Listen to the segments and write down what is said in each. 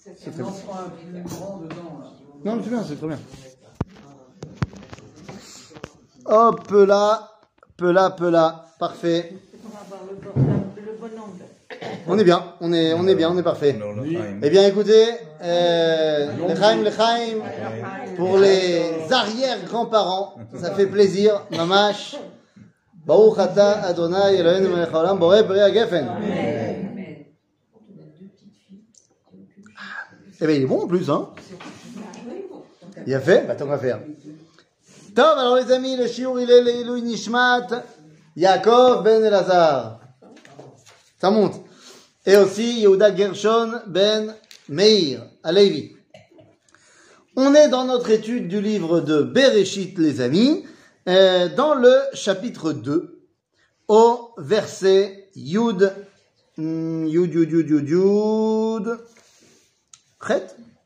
C'est très bien. On prend un plus grand dedans, là. Non, mais c'est bien, c'est très bien. Hop là, pela, parfait. On va avoir le bon angle. On est bien, on est bien, on est parfait. Eh bien, écoutez, l'chaim, pour les arrière-grands-parents, ça fait plaisir, mamash. Baruch ata Adonai Eloheinu melech haolam borei peri hagefen. Eh bien, il est bon en plus, hein. Il a fait, bah tant qu'à faire. Tov, alors les amis, le shiur il est l'Ilui Nishmat Yaakov ben Elazar. Ça monte. Et aussi Yehuda Gershon ben Meir Alevi. On est dans notre étude du livre de Bereshit, les amis, dans le chapitre 2, au verset Yud. Chet.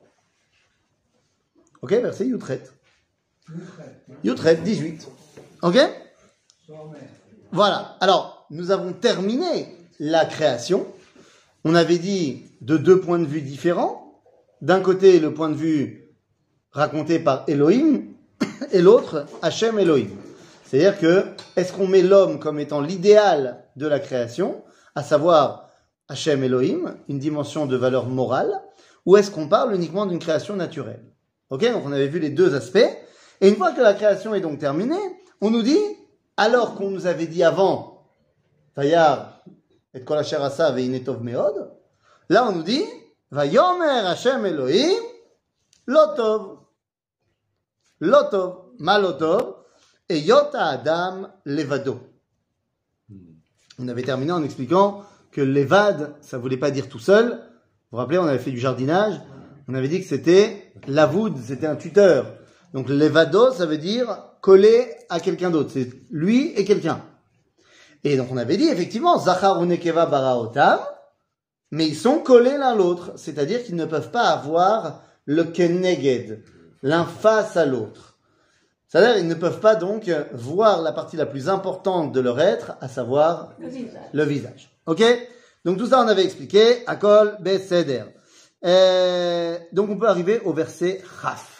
Ok, verset Yudchet. Yudchet, 18. Ok? Voilà. Alors, nous avons terminé la création. On avait dit de deux points de vue différents. D'un côté, le point de vue raconté par Elohim, et l'autre, Hachem Elohim. C'est-à-dire que, est-ce qu'on met l'homme comme étant l'idéal de la création, à savoir Hachem Elohim, une dimension de valeur morale, ou est-ce qu'on parle uniquement d'une création naturelle? Ok, donc on avait vu les deux aspects. Et une fois que la création est donc terminée, on nous dit, alors qu'on nous avait dit avant, Vayar et kol asher asa ve'hinei tov meod, là on nous dit, Vayomer Hashem Elohim, lo tov, ma lo tov, et yota adam levado. On avait terminé en expliquant que levad, ça voulait pas dire tout seul. Vous vous rappelez, on avait fait du jardinage. On avait dit que c'était lavoud, c'était un tuteur. Donc levado, ça veut dire coller à quelqu'un d'autre. C'est lui et quelqu'un. Et donc on avait dit effectivement, zachar ou nekeva baraotam, mais ils sont collés l'un l'autre. C'est-à-dire qu'ils ne peuvent pas avoir le keneged, l'un face à l'autre. C'est-à-dire qu'ils ne peuvent pas donc voir la partie la plus importante de leur être, à savoir le visage. Ok? Donc tout ça on avait expliqué, Akol Beseder. Donc on peut arriver au verset Chaf.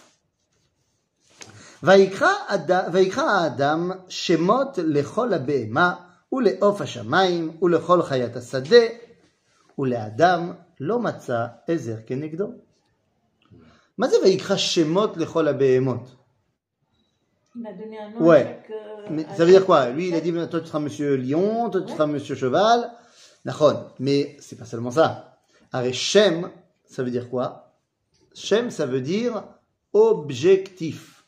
Vaikra Adam Shemot lechol habehema uleof hashamayim ulechol chayat hasadeh uleAdam lo matza ezer kenegdo. מה זה ויקרא שמות לכל הבהמות? Il a donné un nom Ouais. à chaque... Mais ça veut dire quoi? Lui, il a dit, toi tu seras monsieur lion, toi tu seras monsieur cheval. Nachon. Mais c'est pas seulement ça. Arrête, Shem, ça veut dire quoi? Shem, ça veut dire objectif.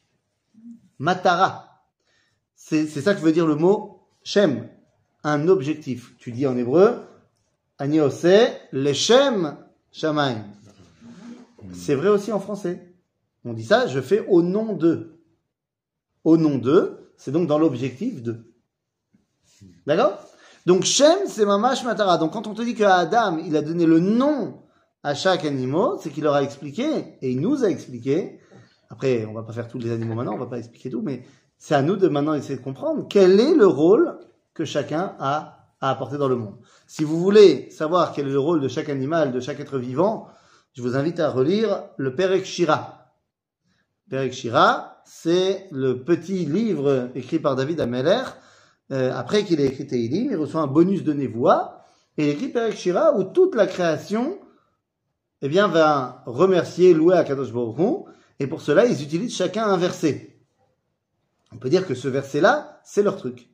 Matara. C'est ça que veut dire le mot Shem. Un objectif. Tu dis en hébreu, Ani ose leshem shamayim. C'est vrai aussi en français. On dit ça, je fais au nom de. Au nom de, c'est donc dans l'objectif de. D'accord? Donc Shem, c'est mamash matara. Donc quand on te dit que Adam, il a donné le nom à chaque animal, c'est qu'il leur a expliqué, et il nous a expliqué. Après, on va pas faire tous les animaux maintenant, on va pas expliquer tout, mais c'est à nous de maintenant essayer de comprendre quel est le rôle que chacun a à apporter dans le monde. Si vous voulez savoir quel est le rôle de chaque animal, de chaque être vivant, je vous invite à relire le Perek Shira. Perek Shira, c'est le petit livre écrit par David Ameller. Après qu'il ait écrit Tehillim, il reçoit un bonus de Nevoa, et il écrit Perek Shira où toute la création, eh bien, va remercier, louer Akadosh Baruch Hu, et pour cela, ils utilisent chacun un verset. On peut dire que ce verset-là, c'est leur truc.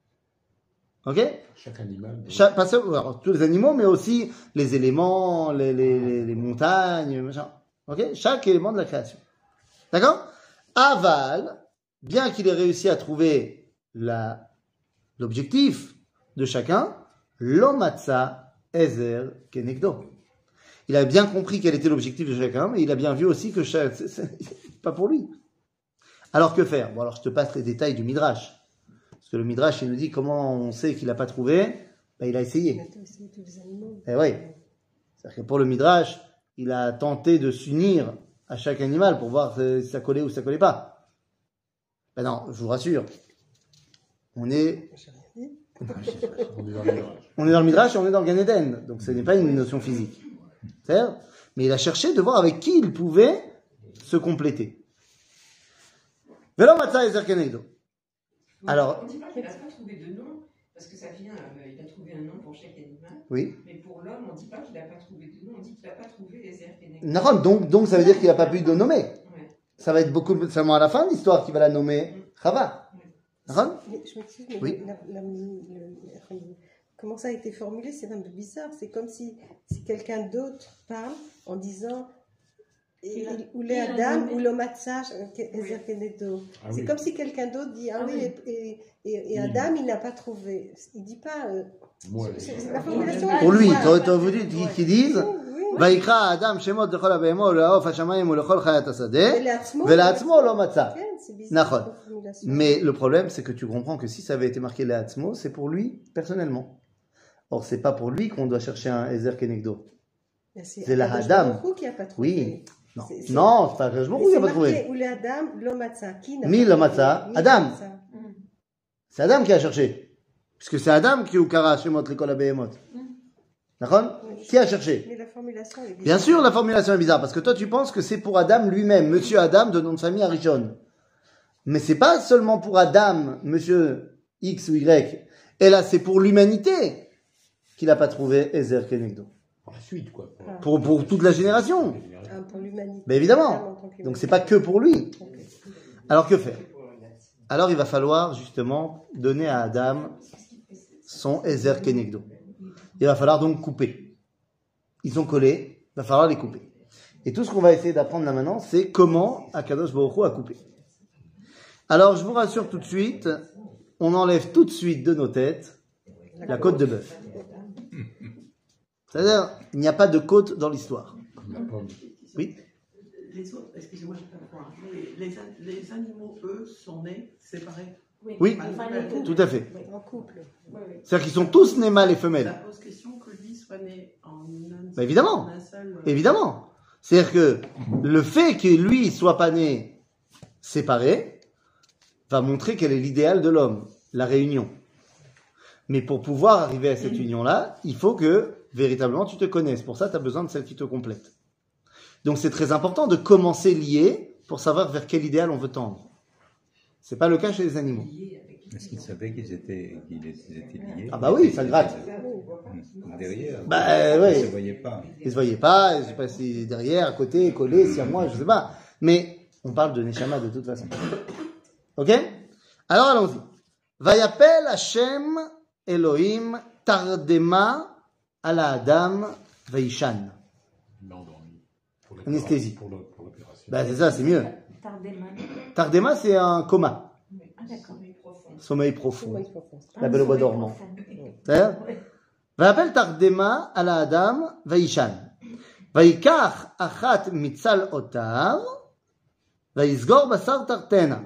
Ok? Chaque animal. Pas seulement, alors, tous les animaux, mais aussi les éléments, les montagnes, machin. Ok? Chaque élément de la création. D'accord? Aval, bien qu'il ait réussi à trouver l'objectif de chacun, l'omatza ezer kenegdo. Il a bien compris quel était l'objectif de chacun, mais il a bien vu aussi que c'est pas pour lui. Alors que faire? Bon, alors je te passe les détails du Midrash. Parce que le Midrash, il nous dit comment on sait qu'il n'a pas trouvé. Ben, il a essayé. Il a essayé tous les animaux. Eh oui. C'est-à-dire que pour le Midrash, il a tenté de s'unir à chaque animal pour voir si ça collait ou ça collait pas. Ben non, je vous rassure. On est On est dans le Midrash. dans le Midrash et on est dans le Gan Eden. Donc ce n'est pas une notion physique. C'est-à-dire, Mais il a cherché de voir avec qui il pouvait se compléter. Velo matza ezer kenegdo. Alors, on dit pas qu'il n'a pas trouvé de nom, parce que ça vient, il a trouvé un nom pour chaque animal. oui. Mais pour l'homme, on ne dit pas qu'il n'a pas trouvé de nom, on dit qu'il n'a pas trouvé les airs kénégrés. Naron, donc ça veut dire qu'il n'a pas pu de nommer. Ouais. Ça va être beaucoup seulement à la fin de l'histoire qu'il va la nommer Chava. Naron? Mais je m'excuse, mais Oui. comment ça a été formulé, c'est un peu bizarre. C'est comme si quelqu'un d'autre parle en disant ou les Adam ou le Matzah, Ezer Kenedo. C'est comme si quelqu'un d'autre dit ah oui, et Adam il n'a pas trouvé. Il dit pas. C'est la formulation. Pour lui, t'as voulu qu'ils disent Vaikra Adam Shemot lechol abehemot le'aof hashamayim u'lechol chayat hasadeh ve'la'atzmo lo matza. Nachon. Mais le problème, c'est que tu comprends que si ça avait été marqué Le'atzmo, c'est pour lui personnellement. Or, c'est pas pour lui qu'on doit chercher un Ezer Kenegdo. C'est la Adam. Qui a pas trouvé. Oui. Non, non, c'est pas Akadosh Baruch Hu qui a pas trouvé. Ou les Adam, lo Matzah. Qui n'a Mi pas lo matza, trouvé? Adam. Mi lo matza. C'est Adam qui a cherché. Puisque c'est Adam qui ukara Shemot lechol abehemot. D'accord? Qui a cherché? Mais la formulation est bizarre. Bien sûr, la formulation est bizarre, parce que toi, tu penses que c'est pour Adam lui-même, Monsieur Adam, de nom de famille Arishon. Mais c'est pas seulement pour Adam, Monsieur X ou Y. Et là, c'est pour l'humanité qu'il n'a pas trouvé Ezer Kenegdo. Pour la suite, quoi. Pour toute la génération. Pour l'humanité. Mais évidemment. Donc c'est pas que pour lui. Alors que faire? Alors il va falloir justement donner à Adam son Ezer Kenegdo. Il va falloir donc couper. Ils sont collés, il va falloir les couper. Et tout ce qu'on va essayer d'apprendre là maintenant, c'est comment Akadosh Baruch Hu a coupé. Alors je vous rassure tout de suite, on enlève tout de suite de nos têtes la côte de bœuf. C'est-à-dire, il n'y a pas de côte dans l'histoire. Oui. Les autres, excusez-moi, je ne peux pas voir, mais les animaux, eux, sont nés séparés. Oui, il fallait tout à fait. En couple. C'est-à-dire qu'ils sont tous nés mâles et Ça femelles. pose question que lui soit né en un, Bah, évidemment. en un seul. Évidemment. C'est-à-dire que le fait que lui soit pas né séparé va montrer quel est l'idéal de l'homme, la réunion. Mais pour pouvoir arriver à cette union-là, il faut que véritablement tu te connaisses. Pour ça, tu as besoin de celle qui te complète. Donc c'est très important de commencer lié pour savoir vers quel idéal on veut tendre. C'est pas le cas chez les animaux. Est-ce qu'ils savaient qu'ils étaient liés? Ah bah oui, ça gratte. Derrière. Bah Ils ouais. ne se voyaient pas. Ils se voyaient pas, je sais pas si derrière, à côté, collé, si à moi, je sais pas. Mais on parle de Neshama de toute façon. Ok? Alors allons-y. Vayapel Hashem Elohim Tardema ala Adam Vaishan. Il l'a endormi. Pour Anesthésie. Pour l'opération. Bah c'est ça, c'est mieux. Tardema. Tardema, c'est un coma. Ah, d'accord. Sommeil profond. Comment il faut faire? La belle au bois dormant. C'est-à-dire, Vayapel Tardema ala Adam Vaishan. Vaikach achat mitzal otav. Vaisgor basar tartena.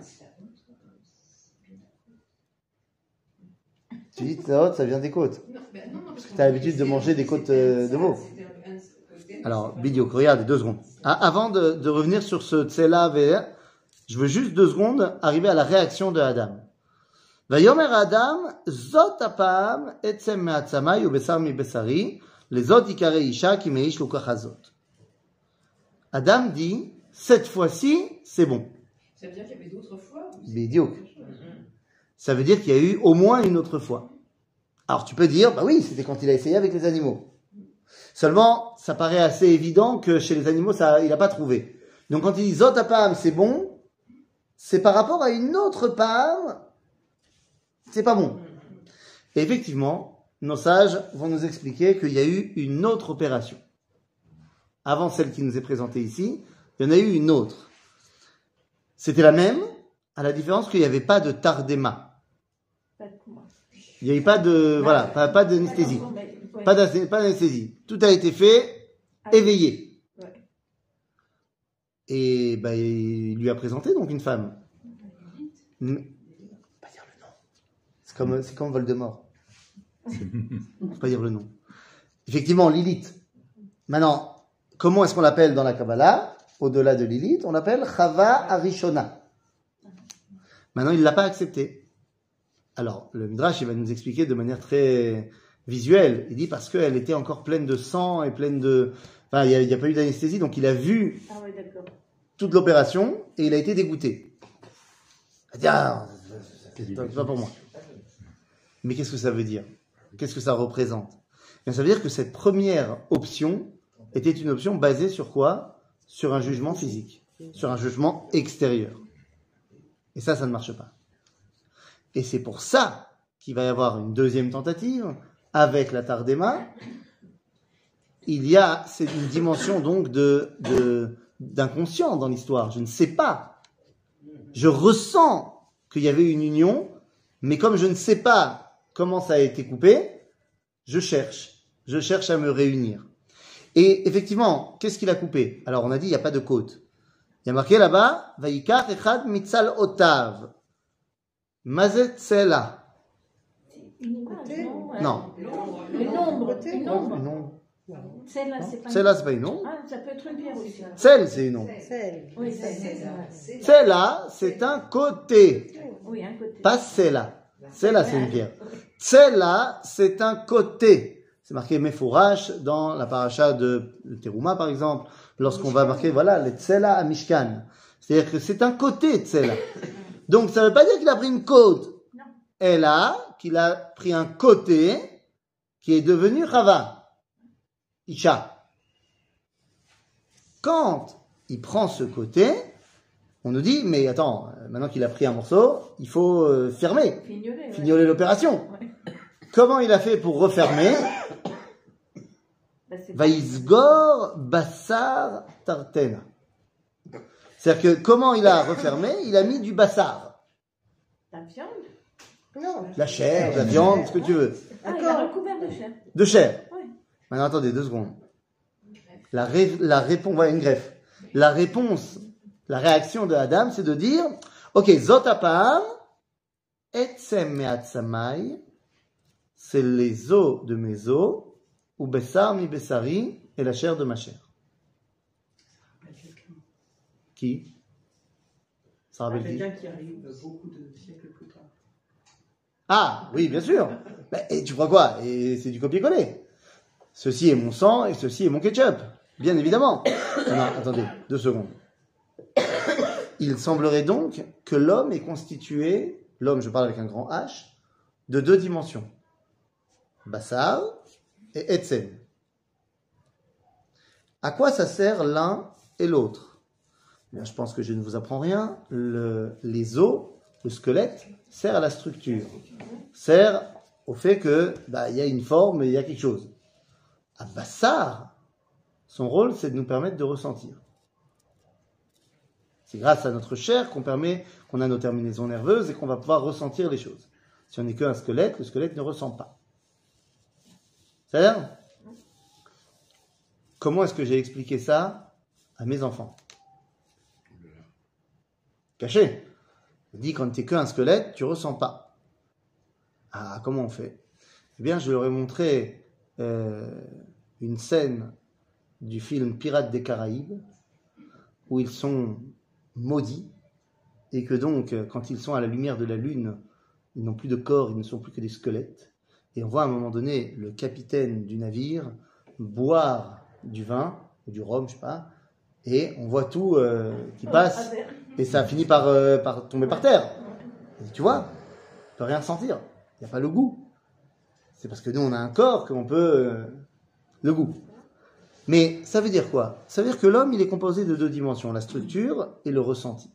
Tu dis, ça vient des côtes. Tu as l'habitude de manger des côtes de veau. Alors, Bidio, regarde, 2 secondes. Avant de revenir sur ce tsela VR, je veux juste 2 secondes arriver à la réaction de Adam. Vayomer Adam, zot apam etzem me'atzamai ubesar mi besari, lezot ikare isha ki meish lukach hazot. Adam dit, cette fois-ci, c'est bon. Ça veut dire qu'il y avait d'autres fois ou c'est Bidio. quelque chose? Ça veut dire qu'il y a eu au moins une autre fois. Alors tu peux dire, bah oui, c'était quand il a essayé avec les animaux. Seulement, ça paraît assez évident que chez les animaux, il n'a pas trouvé. Donc quand il dit Zot apam, c'est bon, c'est par rapport à une autre pam, c'est pas bon. Et effectivement, nos sages vont nous expliquer qu'il y a eu une autre opération. Avant celle qui nous est présentée ici, il y en a eu une autre. C'était la même, à la différence qu'il n'y avait pas de tardema. Pas de comment. Il n'y avait pas de, voilà, pas d'anesthésie. Pas d'anesthésie. Tout a été fait éveillé. Ouais. Et bah, il lui a présenté donc une femme. Mais, pas dire le nom. C'est comme Voldemort. Faut pas dire le nom. Effectivement, Lilith. Maintenant, comment est-ce qu'on l'appelle dans la Kabbalah? Au-delà de Lilith, on l'appelle Chava Arishona. Maintenant, il l'a pas accepté. Alors, le Midrash, il va nous expliquer de manière très visuelle. Il dit parce qu'elle était encore pleine de sang et pleine de... Enfin, il n'y a pas eu d'anesthésie, donc il a vu Ah ouais, d'accord. toute l'opération et il a été dégoûté. Il a dit, ah, c'est pas pour moi. Mais qu'est-ce que ça veut dire? Qu'est-ce que ça représente? Bien, ça veut dire que cette première option était une option basée sur quoi? Sur un jugement physique, sur un jugement extérieur. Et ça ne marche pas. Et c'est pour ça qu'il va y avoir une deuxième tentative avec la Tardema. C'est une dimension donc d'inconscient dans l'histoire. Je ne sais pas. Je ressens qu'il y avait une union, mais comme je ne sais pas comment ça a été coupé, je cherche à me réunir. Et effectivement, qu'est-ce qu'il a coupé? Alors on a dit, il n'y a pas de côte. Il y a marqué là-bas, Vaikach echad mitzal otav. Mazet tsela. Une image, non? Non. Une ombre. Une ombre. Non. Celle-là, c'est pas Tsela, c'est pas une ombre. Ah, ça peut être une pierre aussi. Tsel, c'est une ombre. Celle. Oui, c'est Tsela, c'est un côté. Oui, un côté. Pas Tsela. Tsela, c'est une pierre. Tsela, c'est un côté. C'est marqué Mefourash dans la paracha de Teruma, par exemple, lorsqu'on va marquer, voilà, les Tsela à Mishkan. C'est-à-dire que c'est un côté Tsela. Donc, ça ne veut pas dire qu'il a pris une côte. Non. Et là, qu'il a pris un côté qui est devenu Chava, Isha. Quand il prend ce côté, on nous dit, mais attends, maintenant qu'il a pris un morceau, il faut fermer, fignoler l'opération. Ouais. Comment il a fait pour refermer? Bah, c'est Vaïsgor Bassar Tartena. C'est-à-dire que comment il a refermé? Il a mis du bassar. la viande. Non. La chair, la viande, ce que tu veux. Ah, il a recouvert de chair. De chair. Oui. Maintenant, attendez 2 secondes. La réponse, voilà, une greffe. La réponse, la réaction de Adam, c'est de dire, ok, zot apam, etzem me'atzamai, c'est les os de mes os, ou bessar mi bessari, et la chair de ma chair. Qui? Ça rappelle qui? Quelqu'un qui arrive beaucoup de siècles plus tard. Ah, oui, bien sûr. Et tu crois quoi? Et c'est du copier-coller. Ceci est mon sang et ceci est mon ketchup. Bien évidemment. Non, attendez, 2 secondes. Il semblerait donc que l'homme est constitué, l'homme, je parle avec un grand H, de 2 dimensions. Bassar et Etzem. À quoi ça sert l'un et l'autre? Bien, je pense que je ne vous apprends rien. Les os, le squelette, sert à la structure. Sert au fait que y a une forme et il y a quelque chose. À Bassar, son rôle, c'est de nous permettre de ressentir. C'est grâce à notre chair qu'on a nos terminaisons nerveuses et qu'on va pouvoir ressentir les choses. Si on n'est qu'un squelette, le squelette ne ressent pas. C'est-à-dire, comment est-ce que j'ai expliqué ça à mes enfants? Caché. Je dis, quand tu n'es qu'un squelette, tu ne ressens pas. Ah, comment on fait? Eh bien, je leur ai montré une scène du film Pirates des Caraïbes, où ils sont maudits, et que donc, quand ils sont à la lumière de la lune, ils n'ont plus de corps, ils ne sont plus que des squelettes. Et on voit à un moment donné le capitaine du navire boire du vin, ou du rhum, je sais pas, et on voit tout qui passe, et ça finit par tomber par terre. Et tu vois, on peut rien sentir, il n'y a pas le goût. C'est parce que nous, on a un corps qu'on peut... le goût. Mais ça veut dire quoi? Ça veut dire que l'homme, il est composé de 2 dimensions, la structure et le ressenti.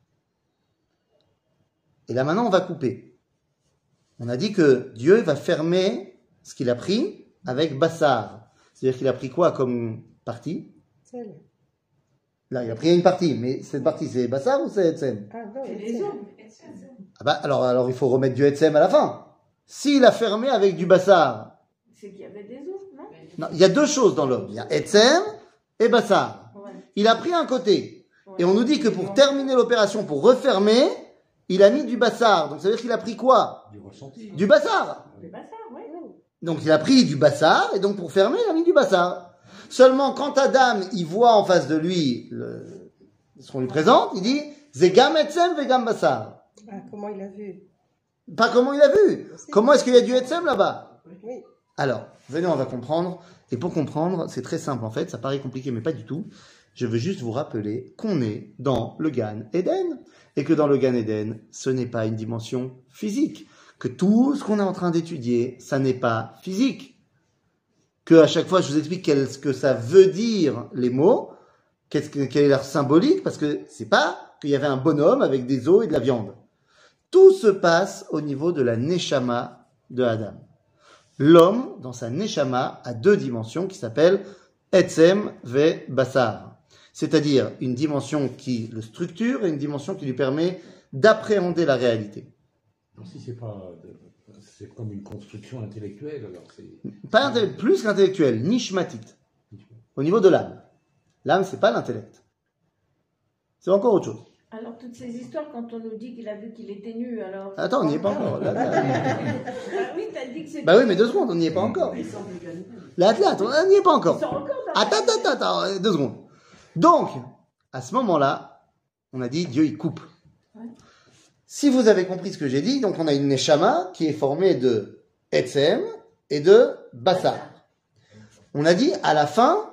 Et là, maintenant, on va couper. On a dit que Dieu va fermer ce qu'il a pris avec Bassar. C'est-à-dire qu'il a pris quoi comme partie? Celle. Là, il a pris une partie, mais cette partie, c'est Bassar ou c'est Etzem? Ah non, Et les os. Ah bah, alors il faut remettre du Etzem à la fin. S'il a fermé avec du Bassar, C'est qu'il y avait des os, non? non, il y a 2 choses dans l'homme. Il y a Etzem et Bassar. Ouais. Il a pris un côté. Et on nous dit que pour terminer l'opération, pour refermer, il a mis du Bassar. Donc ça veut dire qu'il a pris quoi? Du ressenti. Du Bassar. C'est pas ça, oui. Donc il a pris du Bassar, et donc pour fermer, il a mis du Bassar. Seulement quand Adam, il voit en face de lui ce qu'on lui présente, il dit « Zegam Etzem vegam Bassar ». Ah, comment il a vu? Pas comment il a vu. Comment est-ce qu'il y a du Etzem là-bas? Oui. Alors, venez, on va comprendre. Et pour comprendre, c'est très simple en fait, ça paraît compliqué, mais pas du tout. Je veux juste vous rappeler qu'on est dans le Gan Eden. Et que dans le Gan Eden, ce n'est pas une dimension physique. Que tout ce qu'on est en train d'étudier, ça n'est pas physique. Que à chaque fois, je vous explique ce que ça veut dire, les mots. Quelle est leur symbolique. Parce que c'est pas qu'il y avait un bonhomme avec des os et de la viande. Tout se passe au niveau de la Neshama de Adam. L'homme, dans sa Neshama, a deux dimensions qui s'appellent Etzem ve Basar. C'est-à-dire une dimension qui le structure et une dimension qui lui permet d'appréhender la réalité. Alors, si c'est pas. C'est comme une construction intellectuelle, alors c'est. Pas plus qu'intellectuel, nishmatit. Au niveau de l'âme. L'âme, c'est pas l'intellect. C'est encore autre chose. Alors, toutes ces histoires, quand on nous dit qu'il a vu qu'il était nu, alors... Attends, on n'y est pas encore. Ah oui, t'as dit que c'était... Bah oui, mais 2 secondes, on n'y est pas encore. Là, on n'y est pas encore. Ils sont encore dans... Attends, 2 secondes. Donc, à ce moment-là, on a dit Dieu, il coupe. Ouais. Si vous avez compris ce que j'ai dit, donc on a une Neshama qui est formée de Etzem et de Bassar. On a dit, à la fin,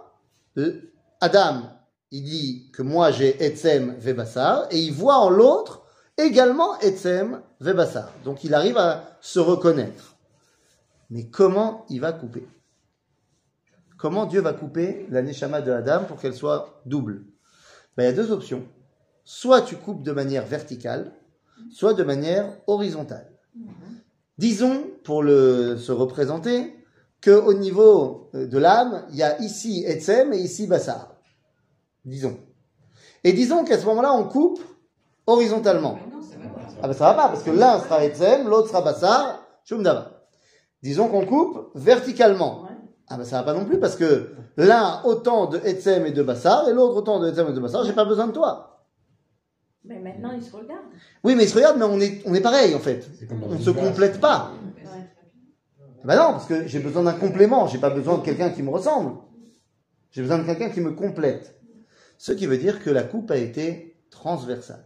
Adam, il dit que moi j'ai Etzem ve Bassar, et il voit en l'autre également Etzem ve Bassar. Donc il arrive à se reconnaître. Mais comment il va couper? Comment Dieu va couper la Neshama de Adam pour qu'elle soit double? Ben, il y a 2 options. Soit tu coupes de manière verticale, soit de manière horizontale. Disons, pour se représenter, qu'au niveau de l'âme, il y a ici Etzem et ici Bassar. Disons. Et disons qu'à ce moment-là, on coupe horizontalement. Non, ça va pas. Ah ben ça va pas, parce que l'un sera Etzem, l'autre sera Bassar, Shum Dava. Disons qu'on coupe verticalement. Ouais. Ah ben ça va pas non plus, parce que l'un a autant de Etzem et de Bassar, et l'autre autant de Etzem et de Bassar, j'ai pas besoin de toi. Mais maintenant, ils se regardent. Oui, mais ils se regardent, mais on est pareil en fait. C'est comme dans On une se base. complète pas. Ouais. Ben non, parce que j'ai besoin d'un complément, j'ai pas besoin de quelqu'un qui me ressemble. J'ai besoin de quelqu'un qui me complète. Ce qui veut dire que la coupe a été transversale.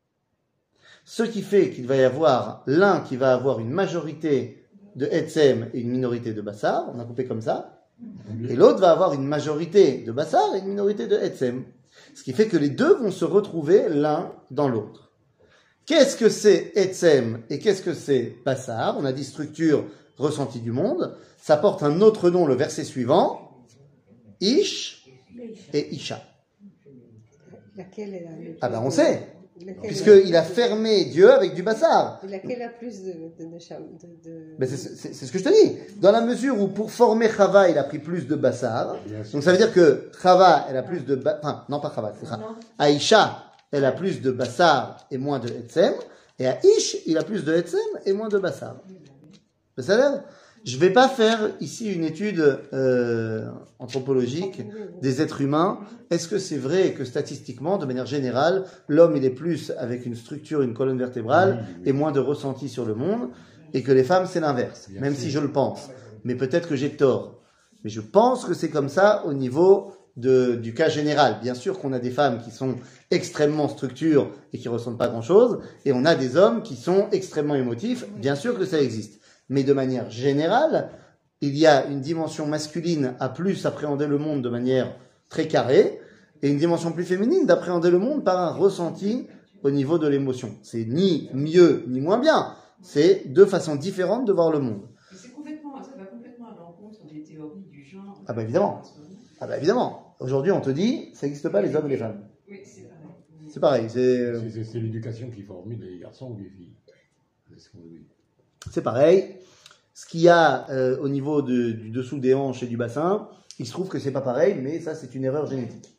Ce qui fait qu'il va y avoir l'un qui va avoir une majorité de Etzem et une minorité de Bassar, on a coupé comme ça, et l'autre va avoir une majorité de Bassar et une minorité de Etzem. Ce qui fait que les deux vont se retrouver l'un dans l'autre. Qu'est-ce que c'est Etzem et qu'est-ce que c'est Bassar? On a dit structure ressentie du monde. Ça porte un autre nom, le verset suivant, Ish et Isha. Laquelle est la Ah ben on sait, laquelle puisqu'il a fermé Dieu avec du Bassar. laquelle a plus de Ben c'est ce que je te dis. Dans la mesure où pour former Chava, il a pris plus de Bassar, donc ça veut dire que Chava, elle a plus de... Enfin, non pas Chava, c'est ça. Non. Aïcha, elle a plus de Bassar et moins de Etzem, et à Ish, il a plus de Etzem et moins de Bassar. Ça a l'air. Je ne vais pas faire ici une étude anthropologique des êtres humains. Est-ce que c'est vrai que statistiquement, de manière générale, l'homme il est plus avec une structure, une colonne vertébrale et moins de ressenti sur le monde, et que les femmes c'est l'inverse, même si je le pense. Mais peut-être que j'ai tort. Mais je pense que c'est comme ça au niveau du cas général. Bien sûr qu'on a des femmes qui sont extrêmement structures et qui ressentent pas grand-chose, et on a des hommes qui sont extrêmement émotifs. Bien sûr que ça existe. Mais de manière générale, il y a une dimension masculine à plus appréhender le monde de manière très carrée, et une dimension plus féminine d'appréhender le monde par un ressenti au niveau de l'émotion. C'est ni mieux ni moins bien, c'est 2 façons différentes de voir le monde. Mais ça va complètement à l'encontre des théories du genre. Ah bah évidemment. Ah bah évidemment. Aujourd'hui, on te dit, ça n'existe pas les hommes et les femmes. Oui, c'est pareil. C'est pareil, C'est l'éducation qui forme les garçons ou les filles. C'est ce qu'on dit. c'est pareil. Ce qu'il y a au niveau du dessous des hanches et du bassin, il se trouve que c'est pas pareil, mais ça c'est une erreur génétique.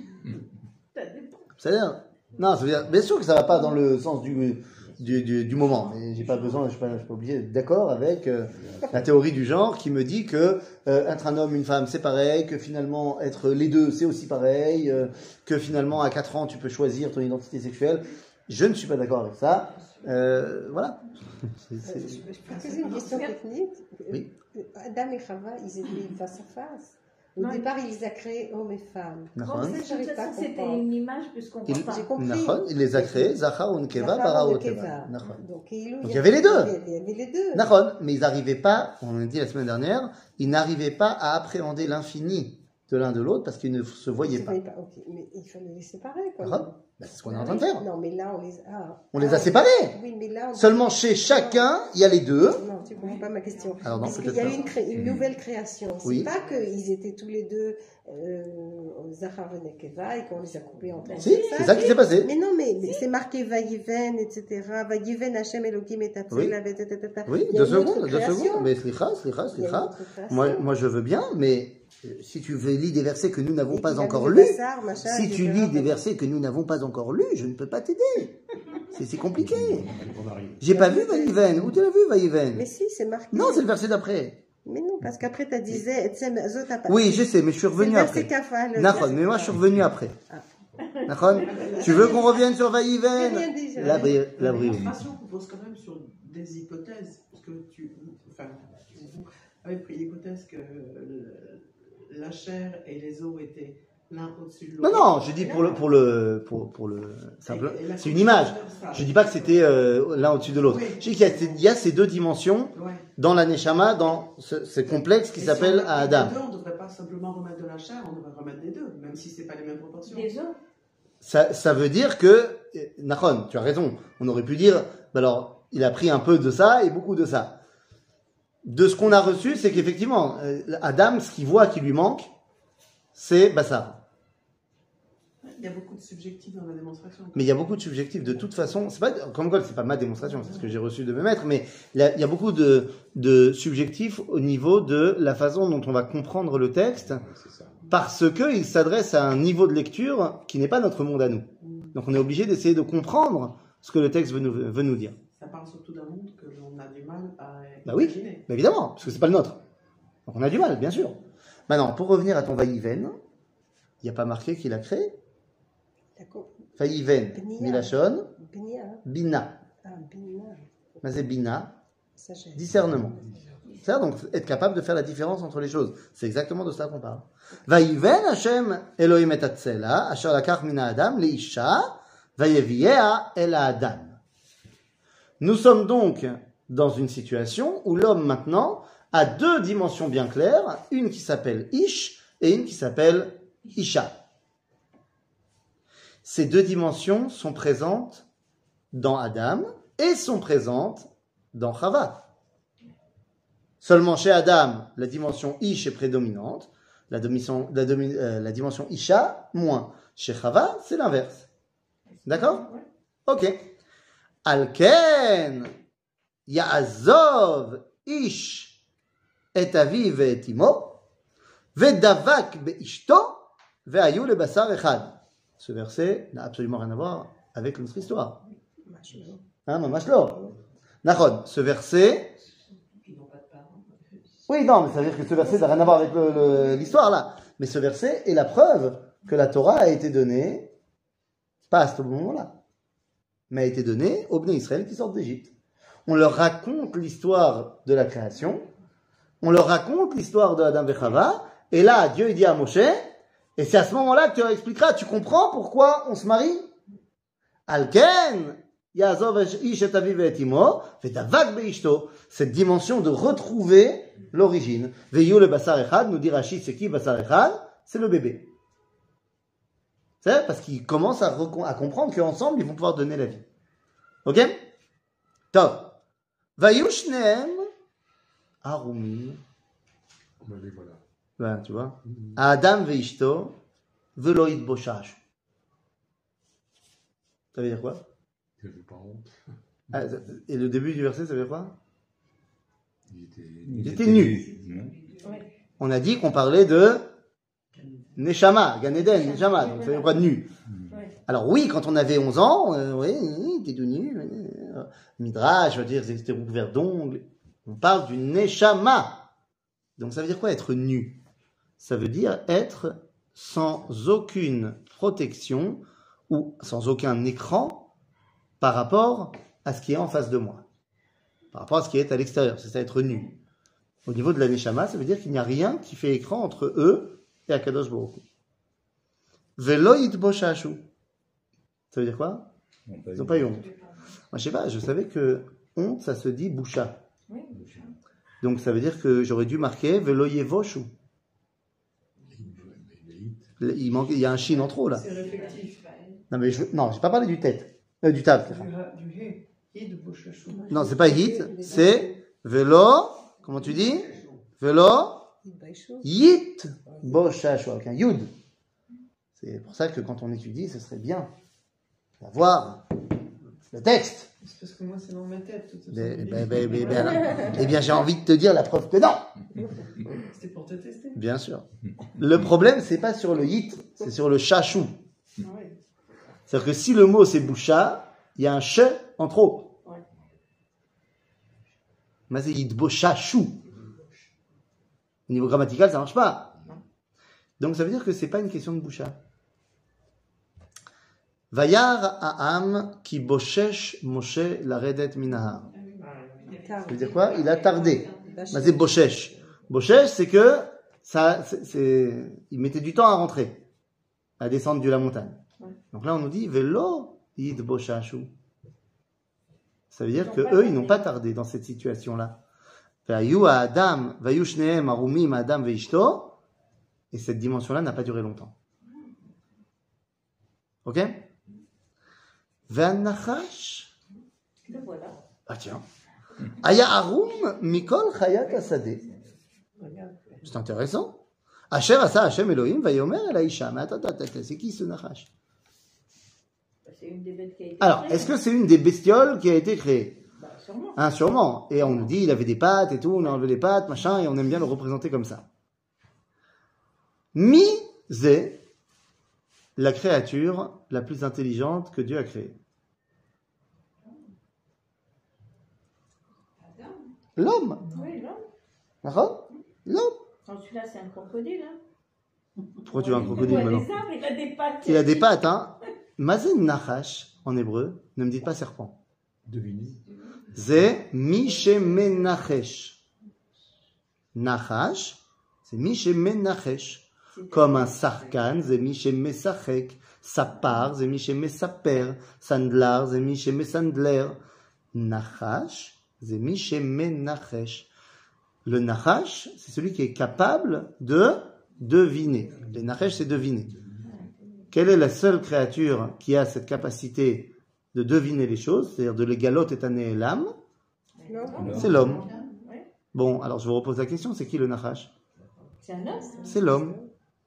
C'est-à-dire, non, ça veut dire, bien sûr que ça va pas dans le sens du moment. Mais j'ai pas besoin, je suis pas obligé d'être d'accord avec la théorie du genre qui me dit que être un homme, une femme, c'est pareil, que finalement être les deux, c'est aussi pareil, que finalement à 4 ans tu peux choisir ton identité sexuelle. Je ne suis pas d'accord avec ça. Voilà. Je peux poser une question technique. Oui. Adam et Chava, ils étaient face à face. Au Non, départ, il les a créés hommes et femmes. Bon, Nachon. de j'arrive toute pas à façon, c'était comprendre. une image puisqu'on ne Il- voit pas. J'ai compris. Nachon, il les a créés, Zachar ou Nekeva, Zachar Bara ou ou Teva. Nekeva. Nachon. Donc il y avait les deux. Il y avait les deux. Nachon, mais ils n'arrivaient pas, on l'a dit la semaine dernière, ils n'arrivaient pas à appréhender l'infini de l'un de l'autre parce qu'ils ne se voyaient pas. Ok, mais il fallait les séparer quand Nachon. même. Ben, c'est ce qu'on est en train de faire. Non, mais là, on les a. On les a séparés. Oui, mais là, Seulement chez chacun, il y a les deux. Non, tu comprends pas ma question. Alors non, Parce qu'il peut-être y a pas. eu une nouvelle création. C'est Oui. pas qu'ils étaient tous les deux Zachar et Nekeva et qu'on les a coupés en trois. Si, c'est ça qui s'est passé. Mais non, mais c'est marqué Vayiven, etc. Vayiven Hashem Elohim et Oui. etc. Oui, Il y a 2 une autre secondes, 2 création. secondes. Mais slicha. Il y a une autre création. Moi, je veux bien, mais si tu veux lire des versets que nous n'avons Et pas qu'il a encore mis le lus, bazar, machin, si tu etc. lis des versets que nous n'avons pas encore lus, je ne peux pas t'aider. C'est compliqué. On arrive. J'ai pas vu Vayiven. Où tu l'as vu Vayiven? Mais si, c'est marqué. Non, c'est le verset d'après. Mais non, parce qu'après, tu disais, Etsem Azot a pas. Oui, je sais, mais je suis revenu C'est le verset après. Kafal. Nachon, mais moi je suis revenu après. Ah. Nachon, tu veux qu'on revienne sur J'ai rien Vayiven? dit, j'ai La rien la La brille. démonstration repose quand même sur des hypothèses, parce que vous avez pris l'hypothèse que la chair et les os étaient l'un au-dessus de Non, l'autre. non, je dis pour le simple. Et la C'est une image. ça. Je dis pas que c'était l'un au-dessus de l'autre. Oui. Je dis qu'il y a ces deux dimensions Ouais. dans la Neshama, dans ce complexe qui Et s'appelle si on à remet Adam. les deux, on ne devrait pas simplement remettre de la chair, on devrait remettre des deux, même si ce n'est pas les mêmes proportions. Des os. Ça veut dire que, Nachon, tu as raison, on aurait pu dire, bah alors, il a pris un peu de ça et beaucoup de ça. De ce qu'on a reçu, c'est qu'effectivement, Adam, ce qu'il voit qui lui manque, c'est Bassar. Il y a beaucoup de subjectifs dans la démonstration. Mais il y a beaucoup de subjectifs. De toute façon, c'est pas, comme quoi, c'est pas ma démonstration, c'est ce que j'ai reçu de mes maîtres, mais il y a beaucoup de subjectifs au niveau de la façon dont on va comprendre le texte, Ouais, c'est ça. parce qu'il s'adresse à un niveau de lecture qui n'est pas notre monde à nous. Donc on est obligé d'essayer de comprendre ce que le texte veut nous dire. Ça parle surtout d'un monde que l'on a du mal à Bah oui, imaginer. mais évidemment, parce que c'est pas le nôtre. Donc on a du mal, bien sûr. Maintenant, pour revenir à ton Vayiven, il n'y a pas marqué qui l'a créé. D'accord. Vayiven, Bnia. Milachon, Bnia. Bina. Ah, Bina. Mais c'est Bina, Sagesse. discernement. C'est ça, donc être capable de faire la différence entre les choses. C'est exactement de ça qu'on parle. Vayiven Hashem Elohim et Atzela, Asher lakach mina Adam, leisha, vayeviea el Adam. Nous sommes donc dans une situation où l'homme maintenant a deux dimensions bien claires, une qui s'appelle Ish et une qui s'appelle Isha. Ces deux dimensions sont présentes dans Adam et sont présentes dans Chava. Seulement chez Adam, la dimension Ish est prédominante, la dimension Isha, moins. Chez Chava, c'est l'inverse. D'accord? Ok. Alken, Ya'azov, Ish, et aviv et imo, vedavak beishto, ve'ayu le basar echad. Ce verset n'a absolument rien à voir avec notre histoire. Hein, mamash lo. Nachon, ce verset. Ils n'ont pas de parents. Oui, non, mais ça veut dire que ce verset n'a rien à voir avec l'histoire là. Mais ce verset est la preuve que la Torah a été donnée, pas à ce moment-là, mais a été donnée aux Bnei Israël qui sortent d'Égypte. On leur raconte l'histoire de la création, on leur raconte l'histoire de Adam et Chava, et là, Dieu il dit à Moshe, et c'est à ce moment-là que tu leur expliqueras, tu comprends pourquoi on se marie? Alken, Ya'azov ish et aviv et imo, vedavak beishto. Cette dimension de retrouver l'origine. Veyu le basar echad, nous dit Rashi, c'est qui basar echad? C'est le bébé. C'est parce qu'ils commencent à comprendre qu'ensemble, ils vont pouvoir donner la vie. Ok? Top. Vayu shneem arumim. Ben, les voilà. Ben, tu vois. Adam veishto velo yitboshash. Ça veut dire quoi? Ils n'avaient pas honte. Ah, et le début du verset, ça veut dire quoi? Ils étaient... étaient nus. Non. On a dit qu'on parlait de Neshama, Gan Eden, Neshama, donc ça veut dire quoi de nu? Ouais. Alors oui, quand on avait 11 ans, oui, t'es tout nu. Midrash, je veux dire, c'était recouvert d'ongles. On parle du Neshama. Donc ça veut dire quoi être nu? Ça veut dire être sans aucune protection ou sans aucun écran par rapport à ce qui est en face de moi. Par rapport à ce qui est à l'extérieur. C'est ça être nu. Au niveau de la Neshama, ça veut dire qu'il n'y a rien qui fait écran entre eux et Akadosh Baruch Hu. Velo yitboshashu. Ça veut dire quoi? Ils n'ont pas eu honte. Moi, je sais pas, je savais que honte, ça se dit boucha. Oui. Donc, ça veut dire que j'aurais dû marquer velo yevoshu. Il y a un chine en trop, là. C'est réflectif. Non, mais non, j'ai pas parlé du tête. Du tab. Du hé. Hid boshashu. Non, c'est pas hit, c'est velo, comment tu dis? Velo yit boshashu, avec un yud. C'est pour ça que quand on étudie, ce serait bien d'avoir le texte. C'est parce que moi, c'est dans ma tête. Tout ça. Eh bien, j'ai envie de te dire la preuve que non. C'était pour te tester. Bien sûr. Le problème, c'est pas sur le yit, c'est sur le chachou. Ah ouais. C'est-à-dire que si le mot c'est boucha, il y a un che en trop. Ouais. Mais c'est yitbo chachou. Au niveau grammatical, ça marche pas. Donc ça veut dire que c'est pas une question de boucha. Vayar ha'am ki boshesh Moshe laredet minahar. Ça veut dire quoi? Il a tardé. Mais c'est boshesh. Boshesh, c'est que il mettait du temps à rentrer, à descendre de la montagne. Donc là, on nous dit velo yid boshashu. Ça veut dire que eux, ils n'ont pas tardé dans cette situation-là. Vayu Adam, vayu shnehem arumim Adam veishto. Et cette dimension-là n'a pas duré longtemps. Ok? V'anachash. Le voilà. Ah tiens. Aya arum mikol chayat asade. C'est intéressant. Asher asa Hashem Elohim vayomer el haisha. Mais attends, c'est qui ce nachash? C'est une des bêtes qui a été Alors, créée. est-ce que c'est une des bestioles qui a été créée? Sûrement. Hein, sûrement. Et on nous dit, il avait des pattes et tout, on a enlevé les pattes, machin, et on aime bien le représenter comme ça. Mi zé, la créature la plus intelligente que Dieu a créée. L'homme. Oui, là. D'accord? L'homme. Quand celui-là, c'est un crocodile. Hein. Pourquoi tu veux un Il crocodile a maintenant? des arbres, il a des pattes. Il a des pattes, hein. Mazé nachash, en hébreu, ne me dites pas serpent. Devinez. Zé mishemenachesh. Nachash, c'est mishemenachesh. Comme un sarkan, c'est mishemesachek. Sapar, c'est mishemesaper. Sandlar, c'est mishemesandler. Nachash, c'est mishemenachesh. Le nachash, c'est celui qui est capable de deviner. Les nachesh, c'est deviner. Quelle est la seule créature qui a cette capacité de deviner les choses, c'est-à-dire de l'égalot étané et l'âme? C'est l'homme. Ouais. Bon, alors je vous repose la question, c'est qui le nachash? C'est un homme. C'est l'homme.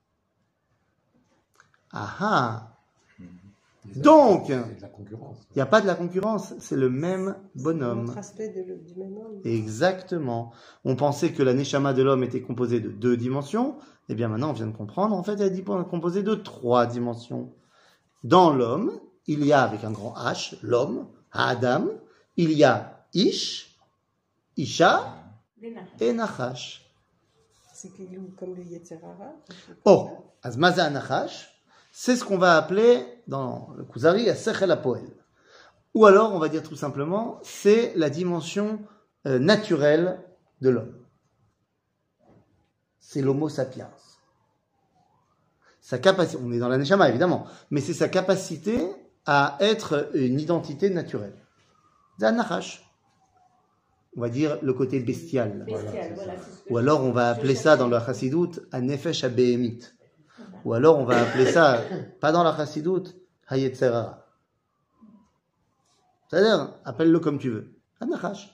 Ah ah. Donc, C'est de la concurrence. il n'y a pas de la concurrence, c'est le même bonhomme. Autre aspect du même homme. Exactement. On pensait que la neshama de l'homme était composée de 2 dimensions. Eh bien maintenant, on vient de comprendre, en fait, elle est composée de 3 dimensions. Dans l'homme, il y a, avec un grand H, l'homme, Adam, il y a Ish, Isha Des nains. et Nachash. C'est comme le Yetzirara. Oh, Azmaza Nachash, c'est ce qu'on va appeler dans le Kuzari Sechel HaPoel. Ou alors, on va dire tout simplement, c'est la dimension naturelle de l'homme. C'est l'homo sapiens. Sa capacité, on est dans la neshama évidemment, mais c'est sa capacité à être une identité naturelle. C'est un nachash. On va dire le côté bestial. Bestial, voilà. C'est ce que Ou alors on va appeler ça dans la chassidoute un nefesh abéhémit. Ou alors on va appeler ça, pas dans la chassidoute, hayetzerara. C'est-à-dire, appelle-le comme tu veux. Un nachash.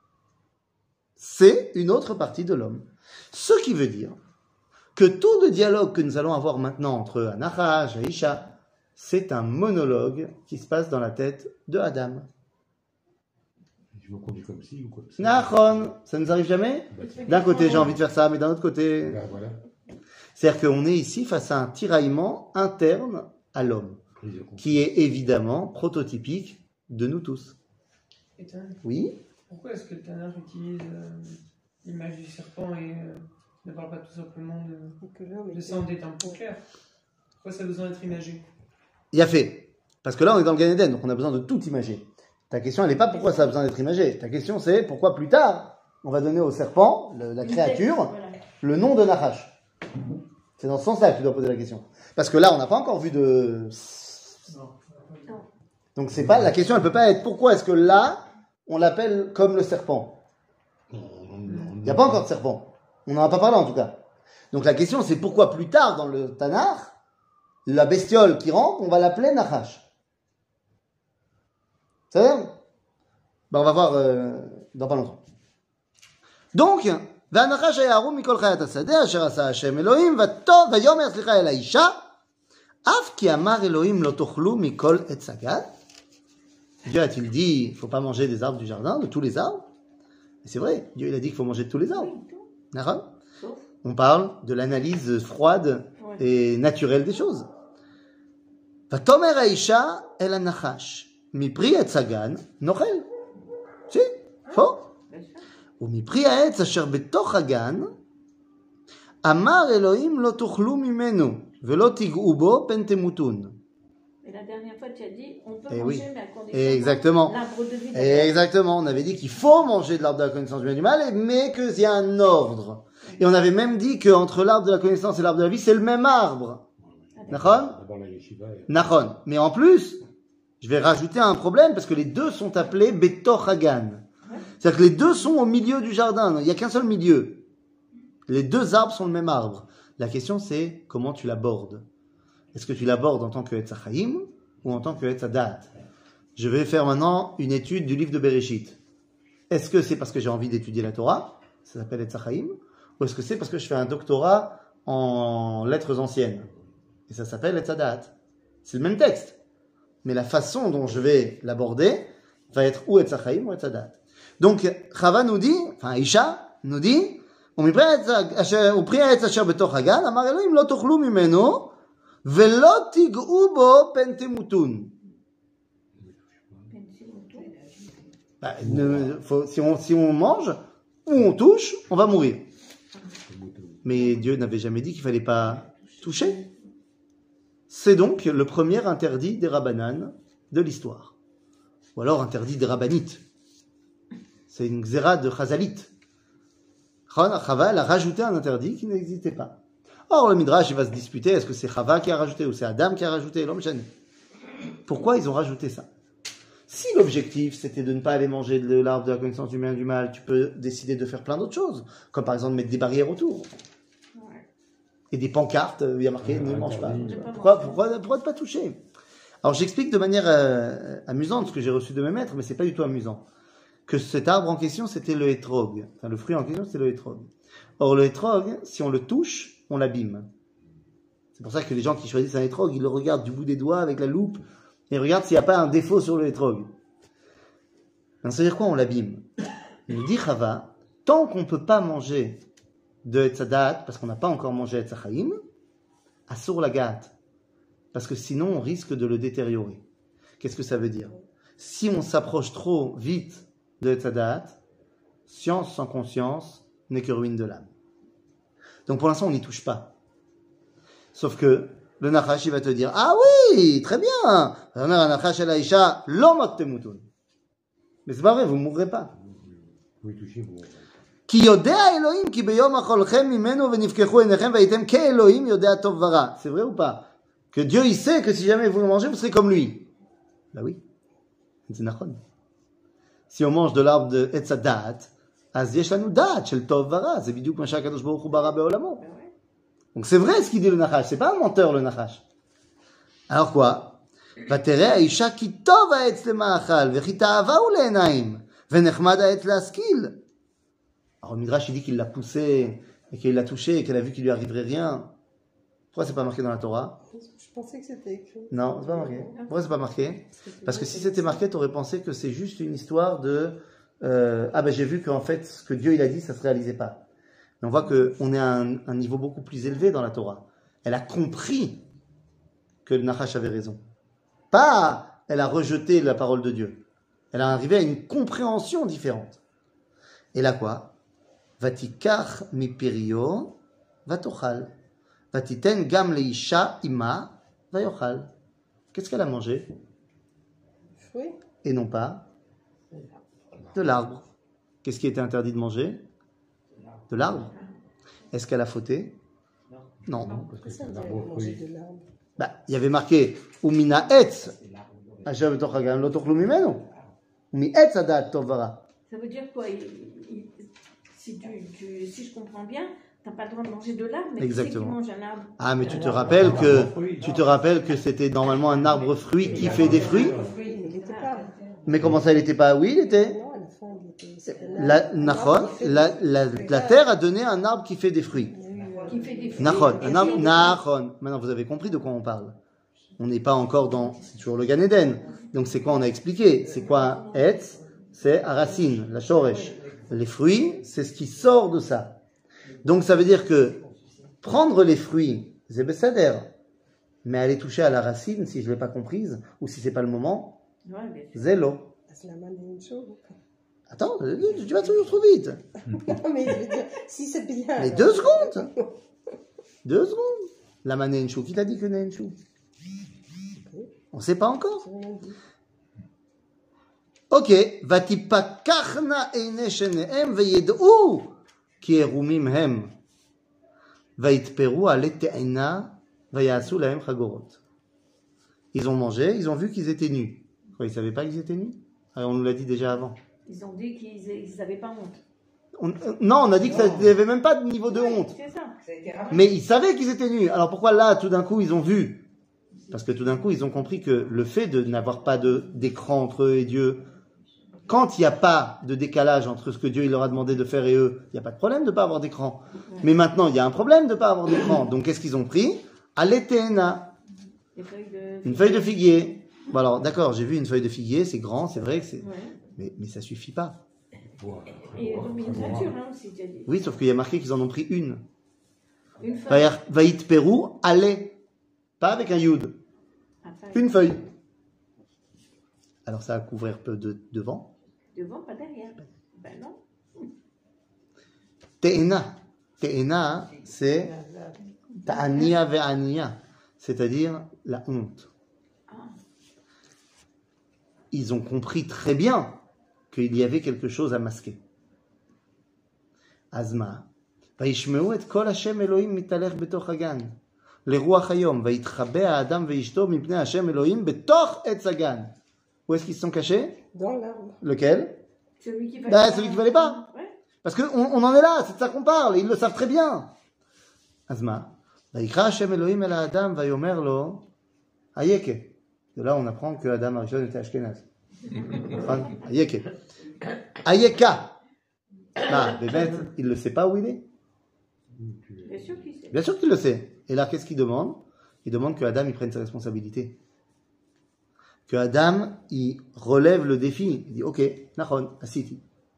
C'est une autre partie de l'homme. Ce qui veut dire que tout le dialogue que nous allons avoir maintenant entre Anachash et Isha, c'est un monologue qui se passe dans la tête de Adam. Je me conduis comme ci ou comme ça. Nachon, ça nous arrive jamais? D'un côté, j'ai envie de faire ça, mais d'un autre côté... Ben voilà. C'est-à-dire qu'on est ici face à un tiraillement interne à l'homme, Prise de conscience. qui est évidemment prototypique de nous tous. Et Oui? pourquoi est-ce que le Tanakh utilise l'image du serpent et ne parle pas tout simplement de sang des tempes clairs? Pourquoi ça a besoin d'être imagé? Il a fait. Parce que là, on est dans le Gan Eden, donc on a besoin de tout imager. Ta question, elle n'est pas pourquoi ça a besoin d'être imagé. Ta question, c'est pourquoi plus tard, on va donner au serpent, la créature, Voilà. le nom de Nachash. C'est dans ce sens-là que tu dois poser la question. Parce que là, on n'a pas encore vu de... Donc c'est pas, la question, elle peut pas être pourquoi est-ce que là, on l'appelle comme le serpent. Il n'y a pas encore de serpent. On n'en a pas parlé en tout cas. Donc la question, c'est pourquoi plus tard dans le Tanakh, la bestiole qui rampe, on va l'appeler Nachash. Ça va? Ben on va voir dans pas longtemps. Donc, והנחש היה ערום מכל חיית השדה אשר עשה השם אלוהים ויאמר אל האישה אף כי אמר אלוהים לא תאכלו מכל עץ הגן. Dieu a-t-il dit il ne faut pas manger des arbres du jardin, de tous les arbres? Et c'est vrai, Dieu il a dit qu'il faut manger de tous les arbres. On parle de l'analyse froide et naturelle des choses. ותאמר האישה אל הנחש מפרי עץ הגן נאכל. Si, faux. ומפרי העץ אשר בתוך הגן אמר אלוהים לא תאכלו ממנו ולא תיגעו בו פן תמותון. Et la dernière fois, tu as dit, on peut Eh manger, oui. mais à condition Exactement. l'arbre de vie. Exactement. On avait dit qu'il faut manger de l'arbre de la connaissance du bien et du mal, mais qu'il y a un ordre. Et on avait même dit qu'entre l'arbre de la connaissance et l'arbre de la vie, c'est le même arbre. Nachon? Dans la yeshiva, Nachon. Mais en plus, je vais rajouter un problème parce que les deux sont appelés Betoch Hagan. C'est-à-dire que les deux sont au milieu du jardin. Il n'y a qu'un seul milieu. Les deux arbres sont le même arbre. La question c'est comment tu l'abordes. Est-ce que tu l'abordes en tant que Etz HaChaim ou en tant que Etz HaDaat? Je vais faire maintenant une étude du livre de Bereshit. Est-ce que c'est parce que j'ai envie d'étudier la Torah? Ça s'appelle Etz HaChaim. Ou est-ce que c'est parce que je fais un doctorat en lettres anciennes? Et ça s'appelle Etz HaDaat. C'est le même texte. Mais la façon dont je vais l'aborder va être ou Etz HaChaim ou Etz HaDaat. Donc, Chava nous dit, enfin, Isha nous dit, ופרי העץ אשר בתוך הגן, אמר אלוהים לא תאכלו ממנו ולא תיגעו בו פן תמותון. Si on mange ou on touche, on va mourir. Mais Dieu n'avait jamais dit qu'il fallait pas toucher. C'est donc le premier interdit des Rabbanan de l'histoire. Ou alors interdit des Rabbanites. C'est une xéra de Chazalite. Chava, elle a rajouté un interdit qui n'existait pas. Or, le Midrash, il va se disputer, est-ce que c'est Chava qui a rajouté ou c'est Adam qui a rajouté? L'homme gêné. Pourquoi ils ont rajouté ça? Si l'objectif, c'était de ne pas aller manger de l'arbre de la connaissance du bien et du mal, tu peux décider de faire plein d'autres choses. Comme par exemple mettre des barrières autour. Et des pancartes, il y a marqué, ne mange pas. Pourquoi ne pas toucher? Alors, j'explique de manière amusante ce que j'ai reçu de mes maîtres, mais c'est pas du tout amusant. Que cet arbre en question, c'était le hétrog. Enfin, le fruit en question, c'était le hétrog. Or, le hétrog, si on le touche, on l'abîme. C'est pour ça que les gens qui choisissent un hétrog, ils le regardent du bout des doigts avec la loupe et regardent s'il n'y a pas un défaut sur le hétrog. Ça veut dire quoi, on l'abîme? Il nous dit Chava, tant qu'on ne peut pas manger de Etzadat, parce qu'on n'a pas encore mangé Etzachaim, assur la gâte. Parce que sinon, on risque de le détériorer. Qu'est-ce que ça veut dire? Si on s'approche trop vite de Etzadat, science sans conscience n'est que ruine de l'âme. Donc pour l'instant, on n'y touche pas. Sauf que le Nachash, il va te dire, ah oui, très bien. Mais c'est pas vrai, vous ne mourrez pas. vous touchez, vous. כי יודע אלוהים כי ביום אכולכם ממנו ונפקחו עיניכם והייתם כאלוהים יודע טוב ורע. C'est vrai ou pas? Que Dieu, il sait que si jamais vous le mangez, vous serez comme lui. Bah oui. C'est nachon. Si on mange de l'arbre de Etz HaDaat, אז יש לנו דעת של טוב ורע. זה בדיוק מה שהקדוש ברוך הוא ברא בעולמו. Donc c'est vrai ce qu'il dit le Nachash. C'est pas un menteur le Nachash. Alors quoi? ותראה האישה כי טוב העץ למאכל וכי תאווה הוא לעיניים ונחמד העץ להשכיל. Alors le Midrash il dit qu'il l'a poussé et qu'il l'a touché et qu'elle a vu qu'il lui arriverait rien. Pourquoi c'est pas marqué dans la Torah? Je pensais que c'était écrit. Non, c'est pas marqué. Pourquoi c'est pas marqué? Parce que si c'était marqué, tu aurais pensé que c'est juste une histoire de ah ben j'ai vu qu'en fait ce que Dieu il a dit ça se réalisait pas. Mais on voit qu'on est à un niveau beaucoup plus élevé dans la Torah. Elle a compris que le Nachash avait raison. Pas elle a rejeté la parole de Dieu. Elle est arrivée à une compréhension différente. Et là quoi? Vatikach mi perio vatochal. Vatiten gam leisha ima vayochal. Qu'est-ce qu'elle a mangé? Oui. Et non pas de l'arbre. Qu'est-ce qui était interdit de manger? De l'arbre. Est-ce qu'elle a fauté? Non. Parce que Ça c'est un veut dire arbre manger fruit. de l'arbre. Bah, il y avait marqué Umina etz asher betoch hagan lo tochlu mimenu. Mi etz hadat tov vara. Ça veut dire quoi si je comprends bien, t'as pas le droit de manger de l'arbre, mais Exactement. qui mange un arbre. Ah, mais tu te rappelles que c'était normalement un arbre fruit qui fait des fruits. Il n'était pas. Mais comment ça, il n'était pas? Oui, il était. Non, à la fin, il était. c'est un La, arbre Nachon, qui fait la terre a donné un arbre qui fait des fruits. Il y a eu, Qui fait des fruits. Nachon, Et un arbre, puis- Nachon. Maintenant, vous avez compris de quoi on parle. On n'est pas encore dans, c'est toujours le Gan Eden. Donc, c'est quoi on a expliqué? C'est quoi Etz? C'est à racine, la shoresh. Les fruits, c'est ce qui sort de ça. Donc, ça veut dire que prendre les fruits, c'est besséder. Mais aller toucher à la racine, si je ne l'ai pas comprise, ou si c'est pas le moment, Ouais, bien sûr. zélo. c'est la manne d'une chose. Attends, tu vas toujours trop vite. Non, mais je veux dire, si c'est bien. Mais alors- 2 secondes. 2 secondes. La mané Enchou. Qui t'a dit que Nenchou? On ne sait pas encore. J'ai rien dit. Ok. Vatipakachna eine shenehem veyed'u ki erumim hem. Vayitperu ale te'ena vayasu lahem chagorot. Ils ont mangé, ils ont vu qu'ils étaient nus. Quoi, ils ne savaient pas qu'ils étaient nus? Ah, on nous l'a dit déjà avant. Ils ont dit qu'ils n'avaient pas honte. Non, on a dit que ça n'avait même pas de niveau de Ouais, honte. C'est ça. Ça a été ramené. Mais ils savaient qu'ils étaient nus. Alors pourquoi là, tout d'un coup, ils ont vu? Parce que tout d'un coup, ils ont compris que le fait de n'avoir pas d'écran entre eux et Dieu, quand il n'y a pas de décalage entre ce que Dieu il leur a demandé de faire et eux, il n'y a pas de problème de ne pas avoir d'écran. Mais maintenant, il y a un problème de ne pas avoir d'écran. Donc qu'est-ce qu'ils ont pris? Aléténa, Des feuilles de... une feuille de figuier. Bon alors, d'accord, j'ai vu une feuille de figuier, c'est grand, c'est vrai que c'est... Ouais. Mais ça suffit pas. Et donc, il y a une nature, hein, aussi, tu as dit. Oui, sauf qu'il y a marqué qu'ils en ont pris une. Une feuille. Vaït Pérou, allez. Pas avec un yud. Enfin, Une feuille. Alors ça va couvrir peu de devant. devant, pas derrière. Ben non. Te'ena. Te'ena, c'est ta'ania ve'ania. C'est-à-dire la honte. Ils ont compris très bien qu'il y avait quelque chose à masquer. Azma. וישמעו את קול השם אלוהים מתהלך בתוך הגן. לרוח היום, ויתחבא האדם ואשתו מפני השם אלוהים בתוך עץ הגן. Où est-ce qu'ils se sont cachés? Dans l'arbre. Lequel? Celui qui va... Ben, celui qui valait pas. Ouais. Parce qu'on on en est là, c'est de ça qu'on parle, et ils le savent très bien. Azma. ויקרא השם אלוהים אל האדם ויאמר לו, אייכה. De là, on apprend que Adam Arishon était Ashkenaz. Aïeka. Aïeka. Bah, Bébête, il ne sait pas où il est. Bien sûr qu'il sait. Bien sûr qu'il le sait. Et là, qu'est-ce qu'il demande? Il demande que Adam il prenne ses responsabilités. Que Adam il relève le défi. Il dit ok, Nachon, Asiti.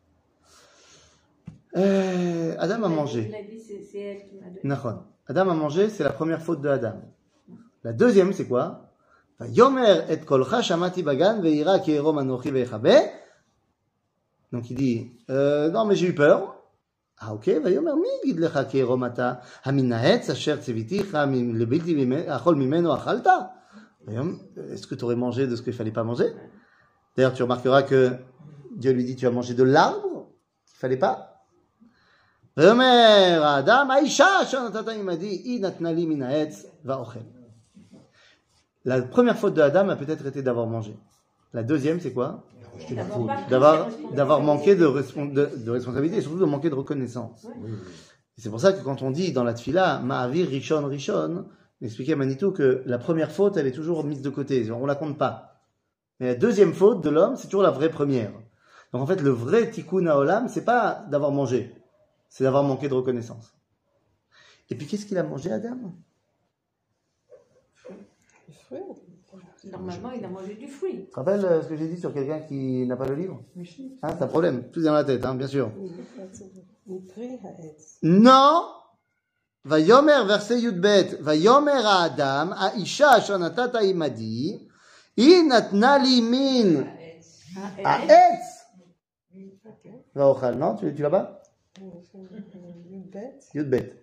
Adam a mangé. Il a dit, c'est elle qui m'a donné. Nachon. Adam a mangé, c'est la première faute de Adam. La deuxième, c'est quoi? Yomer et kolcha shamati bagan veira ki erom anochi vechabe. Donc il dit non mais j'ai eu peur. Ah ok. Vayomer mi gid lecha ki erom ata haminaetz asher tziviticha lebilti achol mimeno achalta. Est-ce que tu aurais mangé de ce qu'il fallait pas manger? D'ailleurs tu remarqueras que Dieu lui dit tu as mangé de l'arbre qu'il fallait pas. Vayomer Adam aisha shanatata imadi i natnali minaetz vaochel. La première faute de Adam a peut-être été d'avoir mangé. La deuxième, c'est quoi? D'avoir manqué de responsabilité et surtout de manquer de reconnaissance. Ouais. Et c'est pour ça que quand on dit dans la tfila, Ma'avir Rishon Rishon, on expliquait à Manitou que la première faute, elle est toujours mise de côté. On la compte pas. Mais la deuxième faute de l'homme, c'est toujours la vraie première. Donc en fait, le vrai tikkun haolam, c'est pas d'avoir mangé. C'est d'avoir manqué de reconnaissance. Et puis qu'est-ce qu'il a mangé, Adam? Les fruits. Normalement, il a mangé du fruit. Tu te rappelles ce que j'ai dit sur quelqu'un qui n'a pas le livre? Hein, c'est un problème. Tout est dans la tête, hein, bien sûr. Mipri ha'etz. Non! Vayomer, verset Yudbet. Vayomer Adam, Aisha Shonatata Imadi, Inatna li min Ha'etz. Vaochal, non? Tu l'as pas? Yudbet. Yudbet.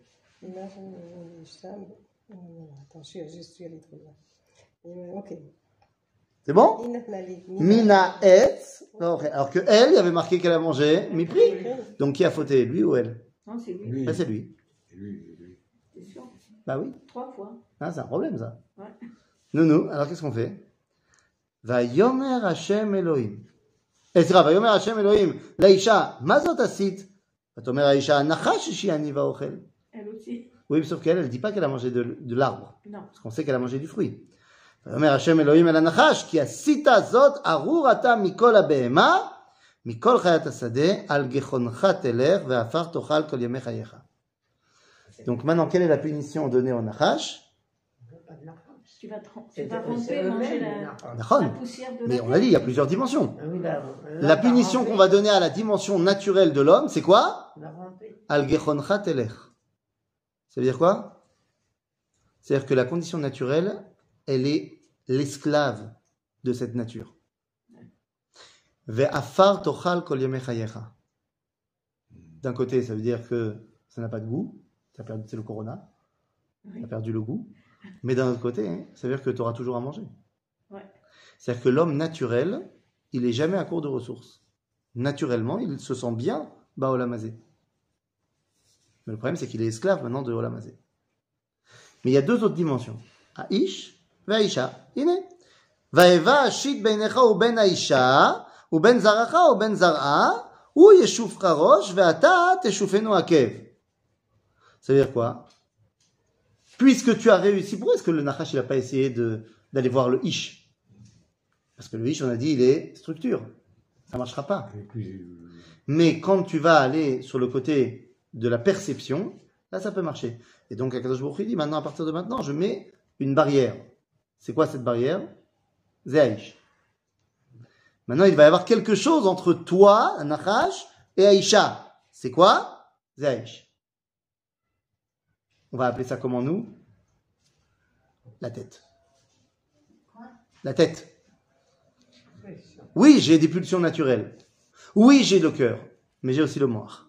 Attends, je suis allée trop loin. Ok. C'est bon? Inatnali. Mina Etz. Alors que elle, il y avait marqué qu'elle a mangé Mipri. Donc qui a fauté, lui ou elle? Non, c'est lui. Lui. Ben, c'est lui. Lui. C'est sûr. Bah oui. 3 fois. Ah, c'est un problème, ça. Ouais. Nounou, alors qu'est-ce qu'on fait? Va yomer Hashem Elohim. Vayomer Hashem Elohim, לאישה, מה זאת עשית? ותאמר האישה, הנחש אישי אני ואוכל. Elle aussi. Oui, sauf qu'elle, elle dit pas qu'elle a mangé de l'arbre. Non. Parce qu'on sait qu'elle a mangé du fruit. ויאמר השם אלוהים אל הנחש, כי עשית זאת ארור אתה מכל הבהמה, מכל חיית השדה, על גחונך תלך, ועפר תאכל כל ימי חייך. Donc maintenant, quelle est la punition donnée au Nachash? Tu vas ramper, manger la poussière de la Mais on a dit, il y a plusieurs dimensions. Ah oui, La punition qu'on va donner à la dimension naturelle de l'homme, c'est quoi? La ramper. Al gechoncha telech. Ça veut dire quoi? C'est-à-dire que la condition naturelle, elle est l'esclave de cette nature. Ve'afar tochal kol yemei chayecha. D'un côté, ça veut dire que ça n'a pas de goût. C'est le corona. Tu as perdu le goût. Mais d'un autre côté, hein, ça veut dire que tu auras toujours à manger. Ouais. C'est-à-dire que l'homme naturel, il n'est jamais à court de ressources. Naturellement, il se sent bien Ba'olam hazé. Mais le problème, c'est qu'il est esclave maintenant de Olam hazé. Mais il y a deux autres dimensions. Aish ve'aisha. Ine. Va'eva ashit beinecha ou ben aisha, ou ben zaracha ou ben zar'a, ou yeshufcha rosh, ve'ata teshufenu akev. Ça veut dire quoi? Puisque tu as réussi, pourquoi est-ce que le Nachash n'a pas essayé d'aller voir le Ish? Parce que le Ish, on a dit, il est structure. Ça ne marchera pas. Mais quand tu vas aller sur le côté de la perception, là, ça peut marcher. Et donc, Akadosh Baruch Hu dit, maintenant, à partir de maintenant, je mets une barrière. C'est quoi cette barrière? Zéaïch. Maintenant, il va y avoir quelque chose entre toi, Nachash, et Aïcha. C'est quoi? Zéaïch. On va appeler ça comment nous? La tête. La tête. Oui, j'ai des pulsions naturelles. Oui, j'ai le cœur. Mais j'ai aussi le moir.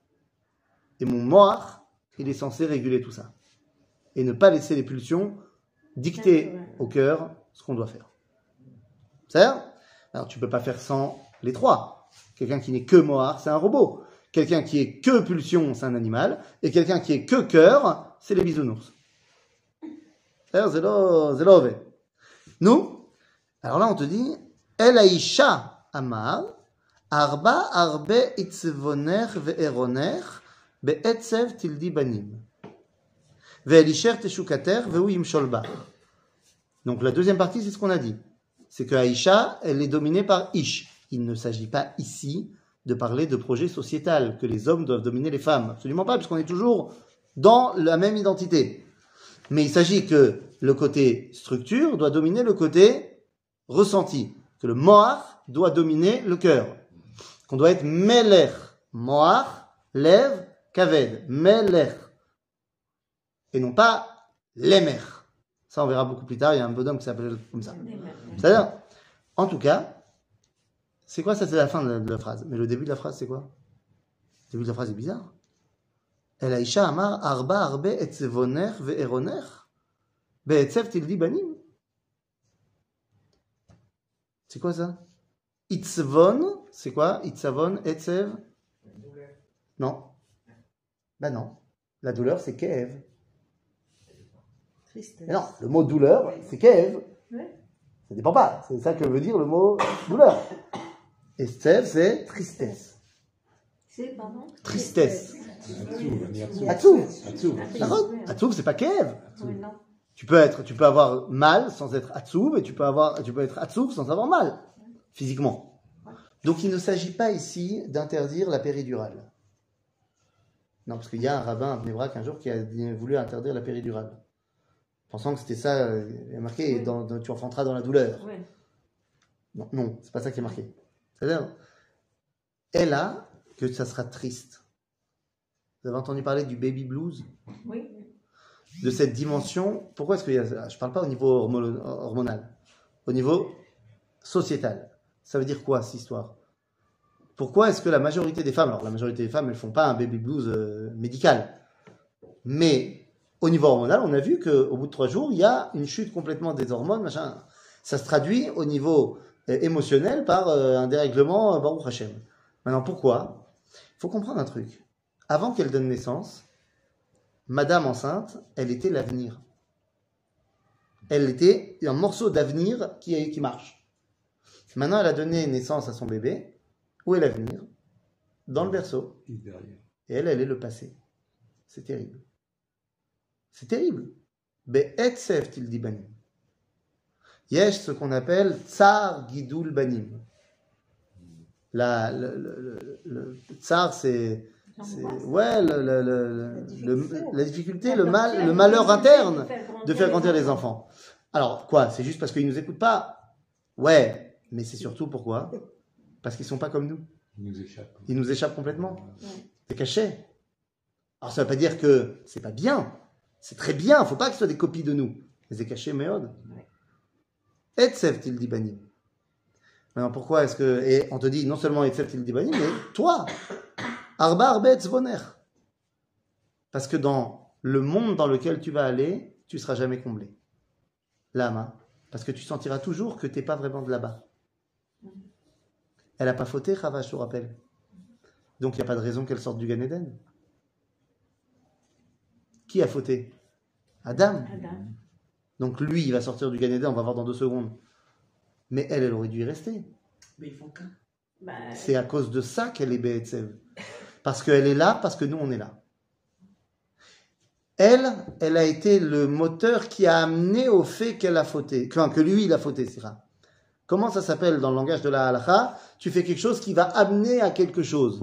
Et mon moir, il est censé réguler tout ça. Et ne pas laisser les pulsions dicter au cœur ce qu'on doit faire. C'est ça? Alors tu peux pas faire sans les trois. Quelqu'un qui n'est que moar, c'est un robot. Quelqu'un qui est que pulsion, c'est un animal. Et quelqu'un qui est que cœur, c'est les bisounours. C'est-à-dire, c'est l'ove. Nous, alors là, on te dit, El Aisha Amar, Arba Arbe Itzvoner Ve'eroner, Be'etzev Tildi Banim. Ve'elisher Teshukater Ve'u Sholba. Donc la deuxième partie, c'est ce qu'on a dit. C'est que Aisha, elle est dominée par Ish. Il ne s'agit pas ici de parler de projet sociétal, que les hommes doivent dominer les femmes. Absolument pas, puisqu'on est toujours dans la même identité. Mais il s'agit que le côté structure doit dominer le côté ressenti. Que le moar doit dominer le cœur. Qu'on doit être meler. Moar, lève, kaved. Meler. Et non pas l'émer. Ça, on verra beaucoup plus tard. Il y a un bonhomme qui s'appelle comme ça. C'est-à-dire, en tout cas, c'est quoi ça? C'est la fin de la phrase. Mais le début de la phrase, c'est quoi? Le début de la phrase est bizarre. El Aisha Amar Arba Arbe Etzevoner Ve'eroner Be'etzev Tildi Banim. C'est quoi ça? Itzvon, c'est quoi? Itzavon, Etzev? Non. Ben non. La douleur, c'est Kev. Tristesse. Mais non, le mot douleur, c'est Kev. Ouais. Ça dépend pas. C'est ça que veut dire le mot douleur. Etzev, c'est tristesse. C'est, pardon? Tristesse. Atsouf. Atsouf, c'est pas Kev. Oui, non. Tu peux avoir mal sans être Atsouf et tu peux être Atsouf sans avoir mal, physiquement. Donc il ne s'agit pas ici d'interdire la péridurale. Non, parce qu'il y a un rabbin à Bnei Brak un jour qui a voulu interdire la péridurale. Pensant que c'était ça, il y a marqué, tu enfanteras dans la douleur. Ouais. Non, c'est pas ça qui est marqué. C'est-à-dire, elle a que ça sera triste. Vous avez entendu parler du baby blues? Oui. De cette dimension. Pourquoi est-ce que je ne parle pas au niveau hormonal, au niveau sociétal? Ça veut dire quoi cette histoire? Pourquoi est-ce que la majorité des femmes, alors la majorité des femmes, elles ne font pas un baby blues médical, mais au niveau hormonal, on a vu qu'au bout de 3 jours, il y a une chute complètement des hormones, machin. Ça se traduit au niveau émotionnel par un dérèglement Baruch Hashem. Maintenant, pourquoi? Il faut comprendre un truc. Avant qu'elle donne naissance, Madame enceinte, elle était l'avenir. Elle était un morceau d'avenir qui marche. Maintenant, elle a donné naissance à son bébé. Où est l'avenir? Dans le berceau. Et elle est le passé. C'est terrible. C'est terrible. Be'etsev tildi banim. Yesh, ce qu'on appelle tsar gidul banim. Le tsar, c'est ouais, la difficulté, le malheur interne de faire grandir les enfants. Alors, quoi? C'est juste parce qu'ils ne nous écoutent pas? Ouais, mais c'est surtout pourquoi? Parce qu'ils ne sont pas comme nous. Ils nous échappent complètement. C'est caché. Alors, ça ne veut pas dire que c'est pas bien. C'est très bien. Il ne faut pas que ce soit des copies de nous. Mais c'est caché, méode. Etsev tildi banim. Maintenant, pourquoi est-ce que... Et on te dit non seulement Etsev tildi banim, mais toi, Arba Arbe Etzvoner. Parce que dans le monde dans lequel tu vas aller, tu ne seras jamais comblé. Lama. Parce que tu sentiras toujours que tu n'es pas vraiment de là-bas. Elle n'a pas fauté, Chava, je te rappelle. Donc il n'y a pas de raison qu'elle sorte du Gan Eden. Qui a fauté? Adam. Donc lui, il va sortir du Gan Eden, on va voir dans 2 secondes. Mais elle aurait dû y rester. Mais ils font qu'un. C'est à cause de ça qu'elle est Be'etzev. Parce qu'elle est là, parce que nous, on est là. Elle a été le moteur qui a amené au fait qu'elle a fauté. Que lui, il a fauté, Sira. Comment ça s'appelle dans le langage de la halakha? Tu fais quelque chose qui va amener à quelque chose.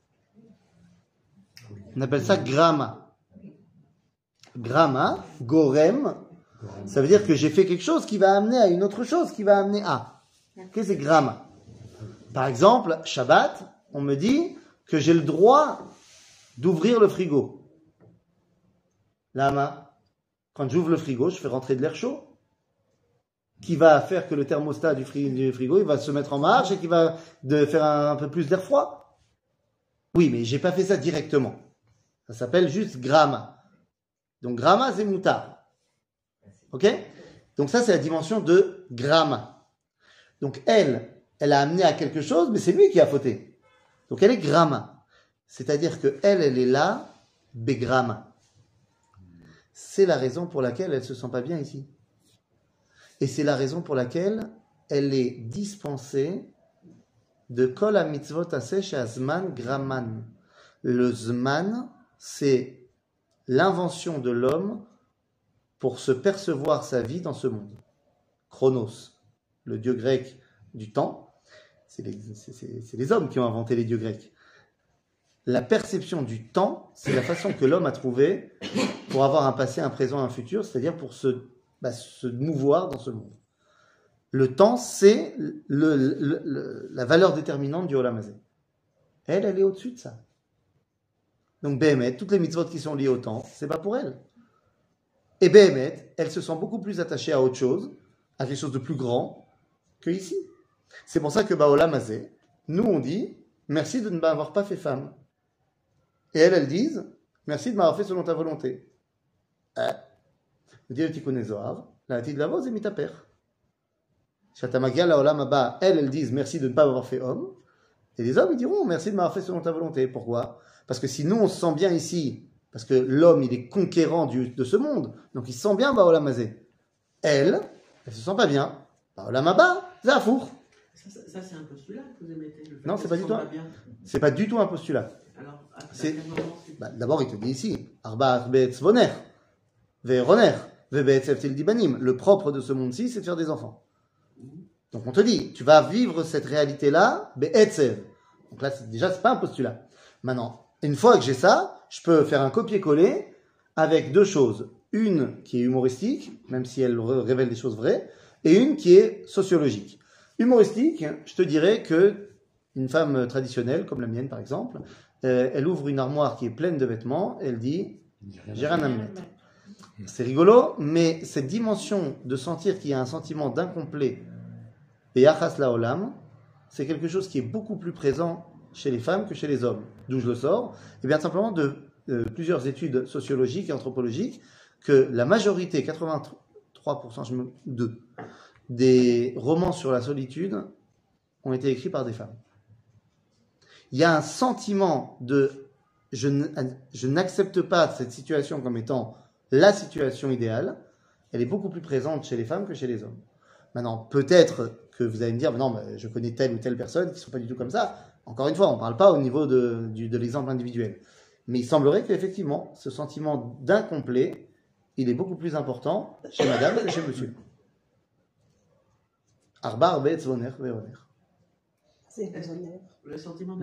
On appelle ça grama. Grama, gorem, ça veut dire que j'ai fait quelque chose qui va amener à une autre chose, qui va amener à. Qu'est-ce que c'est grama? Par exemple, Shabbat, on me dit que j'ai le droit d'ouvrir le frigo. Lama, quand j'ouvre le frigo, je fais rentrer de l'air chaud, qui va faire que le thermostat du frigo, il va se mettre en marche et qui va faire un peu plus d'air froid. Oui, mais j'ai pas fait ça directement. Ça s'appelle juste grama. Donc grama, c'est moutar. Ok? Donc ça, c'est la dimension de grama. Donc elle a amené à quelque chose, mais c'est lui qui a fauté. Donc elle est grama. C'est-à-dire que elle est là, begrama. C'est la raison pour laquelle elle se sent pas bien ici. Et c'est la raison pour laquelle elle est dispensée de kol ha-mitzvot aseh she'azman graman. Le zman, c'est l'invention de l'homme pour se percevoir sa vie dans ce monde. Chronos, le dieu grec du temps, c'est les hommes qui ont inventé les dieux grecs. La perception du temps, c'est la façon que l'homme a trouvée pour avoir un passé, un présent, un futur, c'est-à-dire pour se mouvoir dans ce monde. Le temps, c'est la valeur déterminante du Olam Hazé. Elle est au-dessus de ça. Donc, Behemet, toutes les mitzvot qui sont liées au temps, c'est pas pour elle. Et Behemet, elle se sent beaucoup plus attachée à autre chose, à quelque chose de plus grand que ici. C'est pour ça que Olam Hazé, nous on dit, merci de ne m'avoir pas fait femme. Et elles disent, merci de m'avoir fait selon ta volonté. Dit le Tikkun Zohar, la Hatid Lavo, c'est mitaper. Shatamagia la Olam Haba, elles disent merci de ne pas m'avoir fait homme. Et les hommes, ils diront merci de m'avoir fait selon ta volonté. Pourquoi? Parce que si nous, on se sent bien ici, parce que l'homme, il est conquérant de ce monde, donc il se sent bien, Olam Hazé. Elle se sent pas bien. Olam Haba, c'est un four. Ça, c'est un postulat que vous émettez. Non, c'est pas du tout. C'est pas du tout un postulat. Alors, d'abord, il te dit ici, Arba Be'etzvoner, Ve'roner, Ve'be'etzev tildi banim. Le propre de ce monde-ci, c'est de faire des enfants. Donc on te dit, tu vas vivre cette réalité-là, Be'etzev. Donc là, déjà, c'est pas un postulat. Maintenant, une fois que j'ai ça, je peux faire un copier-coller avec 2 choses. Une qui est humoristique, même si elle révèle des choses vraies, et une qui est sociologique. Humoristique, je te dirais que une femme traditionnelle, comme la mienne par exemple, elle ouvre une armoire qui est pleine de vêtements, elle dit « j'ai rien à me mettre ». C'est rigolo, mais cette dimension de sentir qu'il y a un sentiment d'incomplet, beyachas laolam, c'est quelque chose qui est beaucoup plus présent chez les femmes que chez les hommes. D'où je le sors? Eh bien simplement de plusieurs études sociologiques et anthropologiques, que la majorité, 83%, des romans sur la solitude ont été écrits par des femmes. Il y a un sentiment de je n'accepte pas cette situation comme étant la situation idéale. Elle est beaucoup plus présente chez les femmes que chez les hommes. Maintenant, peut-être que vous allez me dire, non, mais je connais telle ou telle personne qui ne sont pas du tout comme ça. Encore une fois, on ne parle pas au niveau de l'exemple individuel. Mais il semblerait qu'effectivement, ce sentiment d'incomplet, il est beaucoup plus important chez madame que chez monsieur. Arba, arbe, tzvoner, veoner. C'est raisonnable. Le sentiment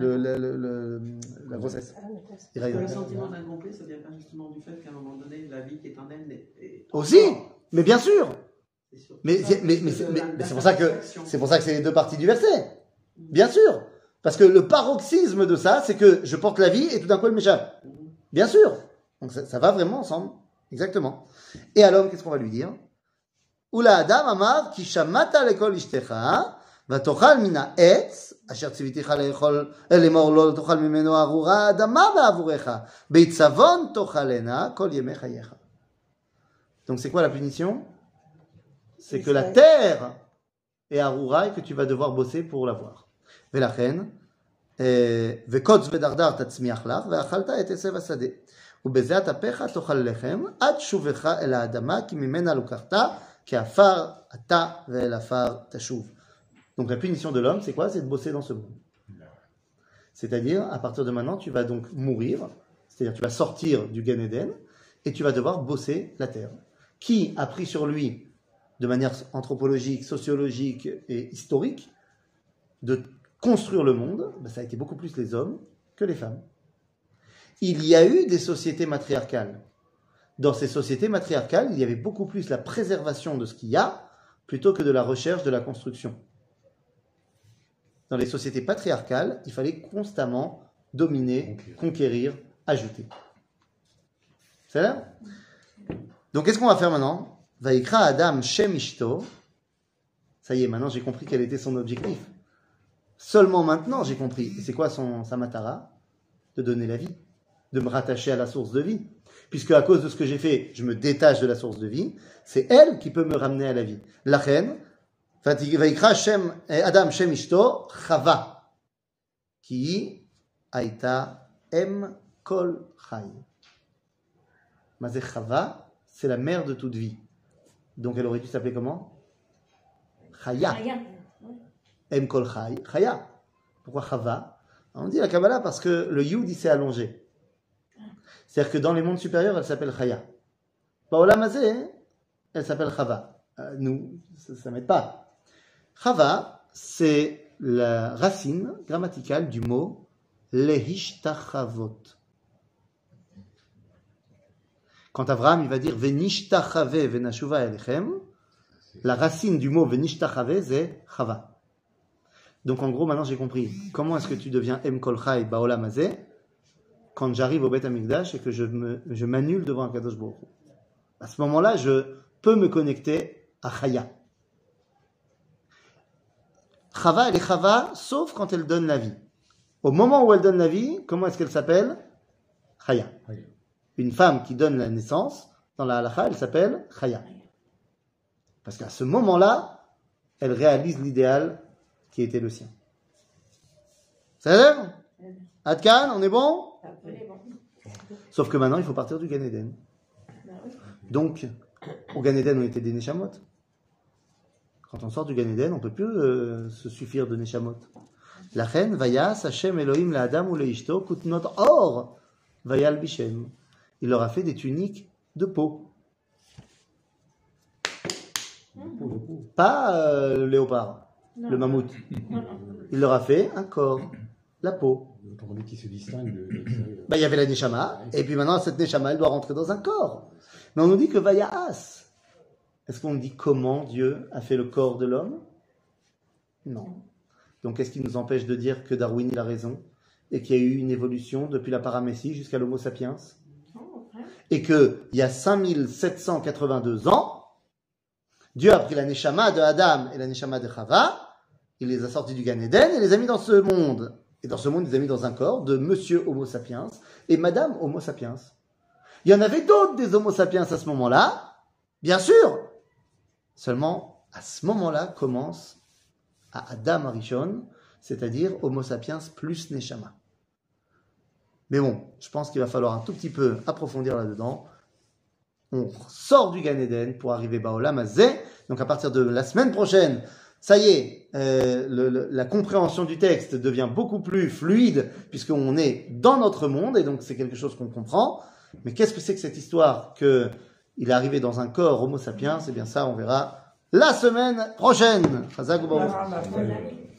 La grossesse. Le sentiment d'incomplet, ça vient pas justement du fait qu'à un moment donné, la vie qui est en elle est Aussi, mais bien sûr. Mais c'est c'est pour ça que c'est les deux parties du verset. Bien sûr. Parce que le paroxysme de ça, c'est que je porte la vie et tout d'un coup elle m'échappe. Bien sûr. Donc ça va vraiment ensemble. Exactement. Et à l'homme, qu'est-ce qu'on va lui dire? Oula Adam amar ki shamata lekol ishtecha vatochal mina etz asher tziviticha lemor lo tochal mimeno arura adama ve'avurecha beitzavon tochalena kol yemei chayecha. Donc c'est quoi la punition? C'est que la terre est arura et que tu vas devoir bosser pour l'avoir. ולכן, וקוץ ודרדר תצמיח לך, ואכלת את עשב השדה. ובזה אטפך תאכל לחם, עד שובך אל האדמה, כי ממנה לוקחת, כעפר אתה ואל עפר תשוב. Donc la punition de l'homme, c'est quoi? C'est de bosser dans ce monde. C'est-à-dire, à partir de maintenant, tu vas donc mourir, c'est-à-dire tu vas sortir du Gan Eden, et tu vas devoir bosser la terre. Qui a pris sur lui, de manière anthropologique, sociologique et historique, de construire le monde, ça a été beaucoup plus les hommes que les femmes. Il y a eu des sociétés matriarcales. Dans ces sociétés matriarcales, il y avait beaucoup plus la préservation de ce qu'il y a plutôt que de la recherche de la construction. Dans les sociétés patriarcales, il fallait constamment dominer, conquérir, ajouter. C'est là? Donc qu'est-ce qu'on va faire maintenant? Vaikra Adam Shem Ishto. Ça y est, maintenant j'ai compris quel était son objectif. Seulement maintenant, j'ai compris. Et c'est quoi sa matara? De donner la vie, de me rattacher à la source de vie. Puisque à cause de ce que j'ai fait, je me détache de la source de vie. C'est elle qui peut me ramener à la vie. La reine, Vaikra Adam Shem Ishto Chava, qui aita em kol chay. Mazé Chava, c'est la mère de toute vie. Donc elle aurait dû s'appeler comment? Chaya. Em kol chay, Chaya. Pourquoi Chava? On dit la Kabbalah parce que le Yud il s'est allongé. C'est-à-dire que dans les mondes supérieurs, elle s'appelle Chaya. Baolam hazeh, elle s'appelle Chava. Nous, ça m'aide pas. Chava, c'est la racine grammaticale du mot lehishtachavot. Quand Abraham il va dire venishtachave venashuva elechem, la racine du mot venishtachave c'est Chava. Donc en gros, maintenant j'ai compris. Comment est-ce que tu deviens Em Kol Chai Baolam Hazeh quand j'arrive au Beth Amikdash et que je m'annule devant un Kadosh Baruch Hu. À ce moment-là, je peux me connecter à Chaya. Chava, elle est Chava, sauf quand elle donne la vie. Au moment où elle donne la vie, comment est-ce qu'elle s'appelle? Chaya. Une femme qui donne la naissance, dans la halakha, elle s'appelle Chaya. Parce qu'à ce moment-là, elle réalise l'idéal qui était le sien. Ça a l'air? Adkan, on est bon? Sauf que maintenant, il faut partir du Gan Eden. Donc, au Gan Eden, on était des Neshamot. Quand on sort du Gan Eden, on ne peut plus se suffire de Neshamot. La reine, Vayas, Hashem Elohim, la Adam ou le Ishto, Kutnot Or, Vayal Bishem. Il leur a fait des tuniques de peau. Pas le léopard. Non. Le mammouth. Il leur a fait un corps, la peau. Qui se distingue Il y avait la Neshama, et puis maintenant cette Neshama, elle doit rentrer dans un corps. Mais on nous dit que Vayas. Est-ce qu'on dit comment Dieu a fait le corps de l'homme? Non. Donc qu'est-ce qui nous empêche de dire que Darwin il a raison, et qu'il y a eu une évolution depuis la paramécie jusqu'à l'Homo sapiens? Et qu'il y a 5782 ans, Dieu a pris la Neshama de Adam et la Neshama de Chava, il les a sortis du Gan Eden et les a mis dans ce monde. Et dans ce monde, il les a mis dans un corps de Monsieur Homo sapiens et Madame Homo sapiens. Il y en avait d'autres des Homo sapiens à ce moment-là, bien sûr. Seulement, à ce moment-là, commence à Adam Arishon, c'est-à-dire Homo sapiens plus Neshama. Mais bon, je pense qu'il va falloir un tout petit peu approfondir là-dedans. On sort du Gan Eden pour arriver Baolam Hazeh. Donc à partir de la semaine prochaine, ça y est, la compréhension du texte devient beaucoup plus fluide puisqu'on est dans notre monde et donc c'est quelque chose qu'on comprend. Mais qu'est-ce que c'est que cette histoire qu'il est arrivé dans un corps homo sapiens? C'est bien ça, on verra la semaine prochaine. Chazak ou Baruch.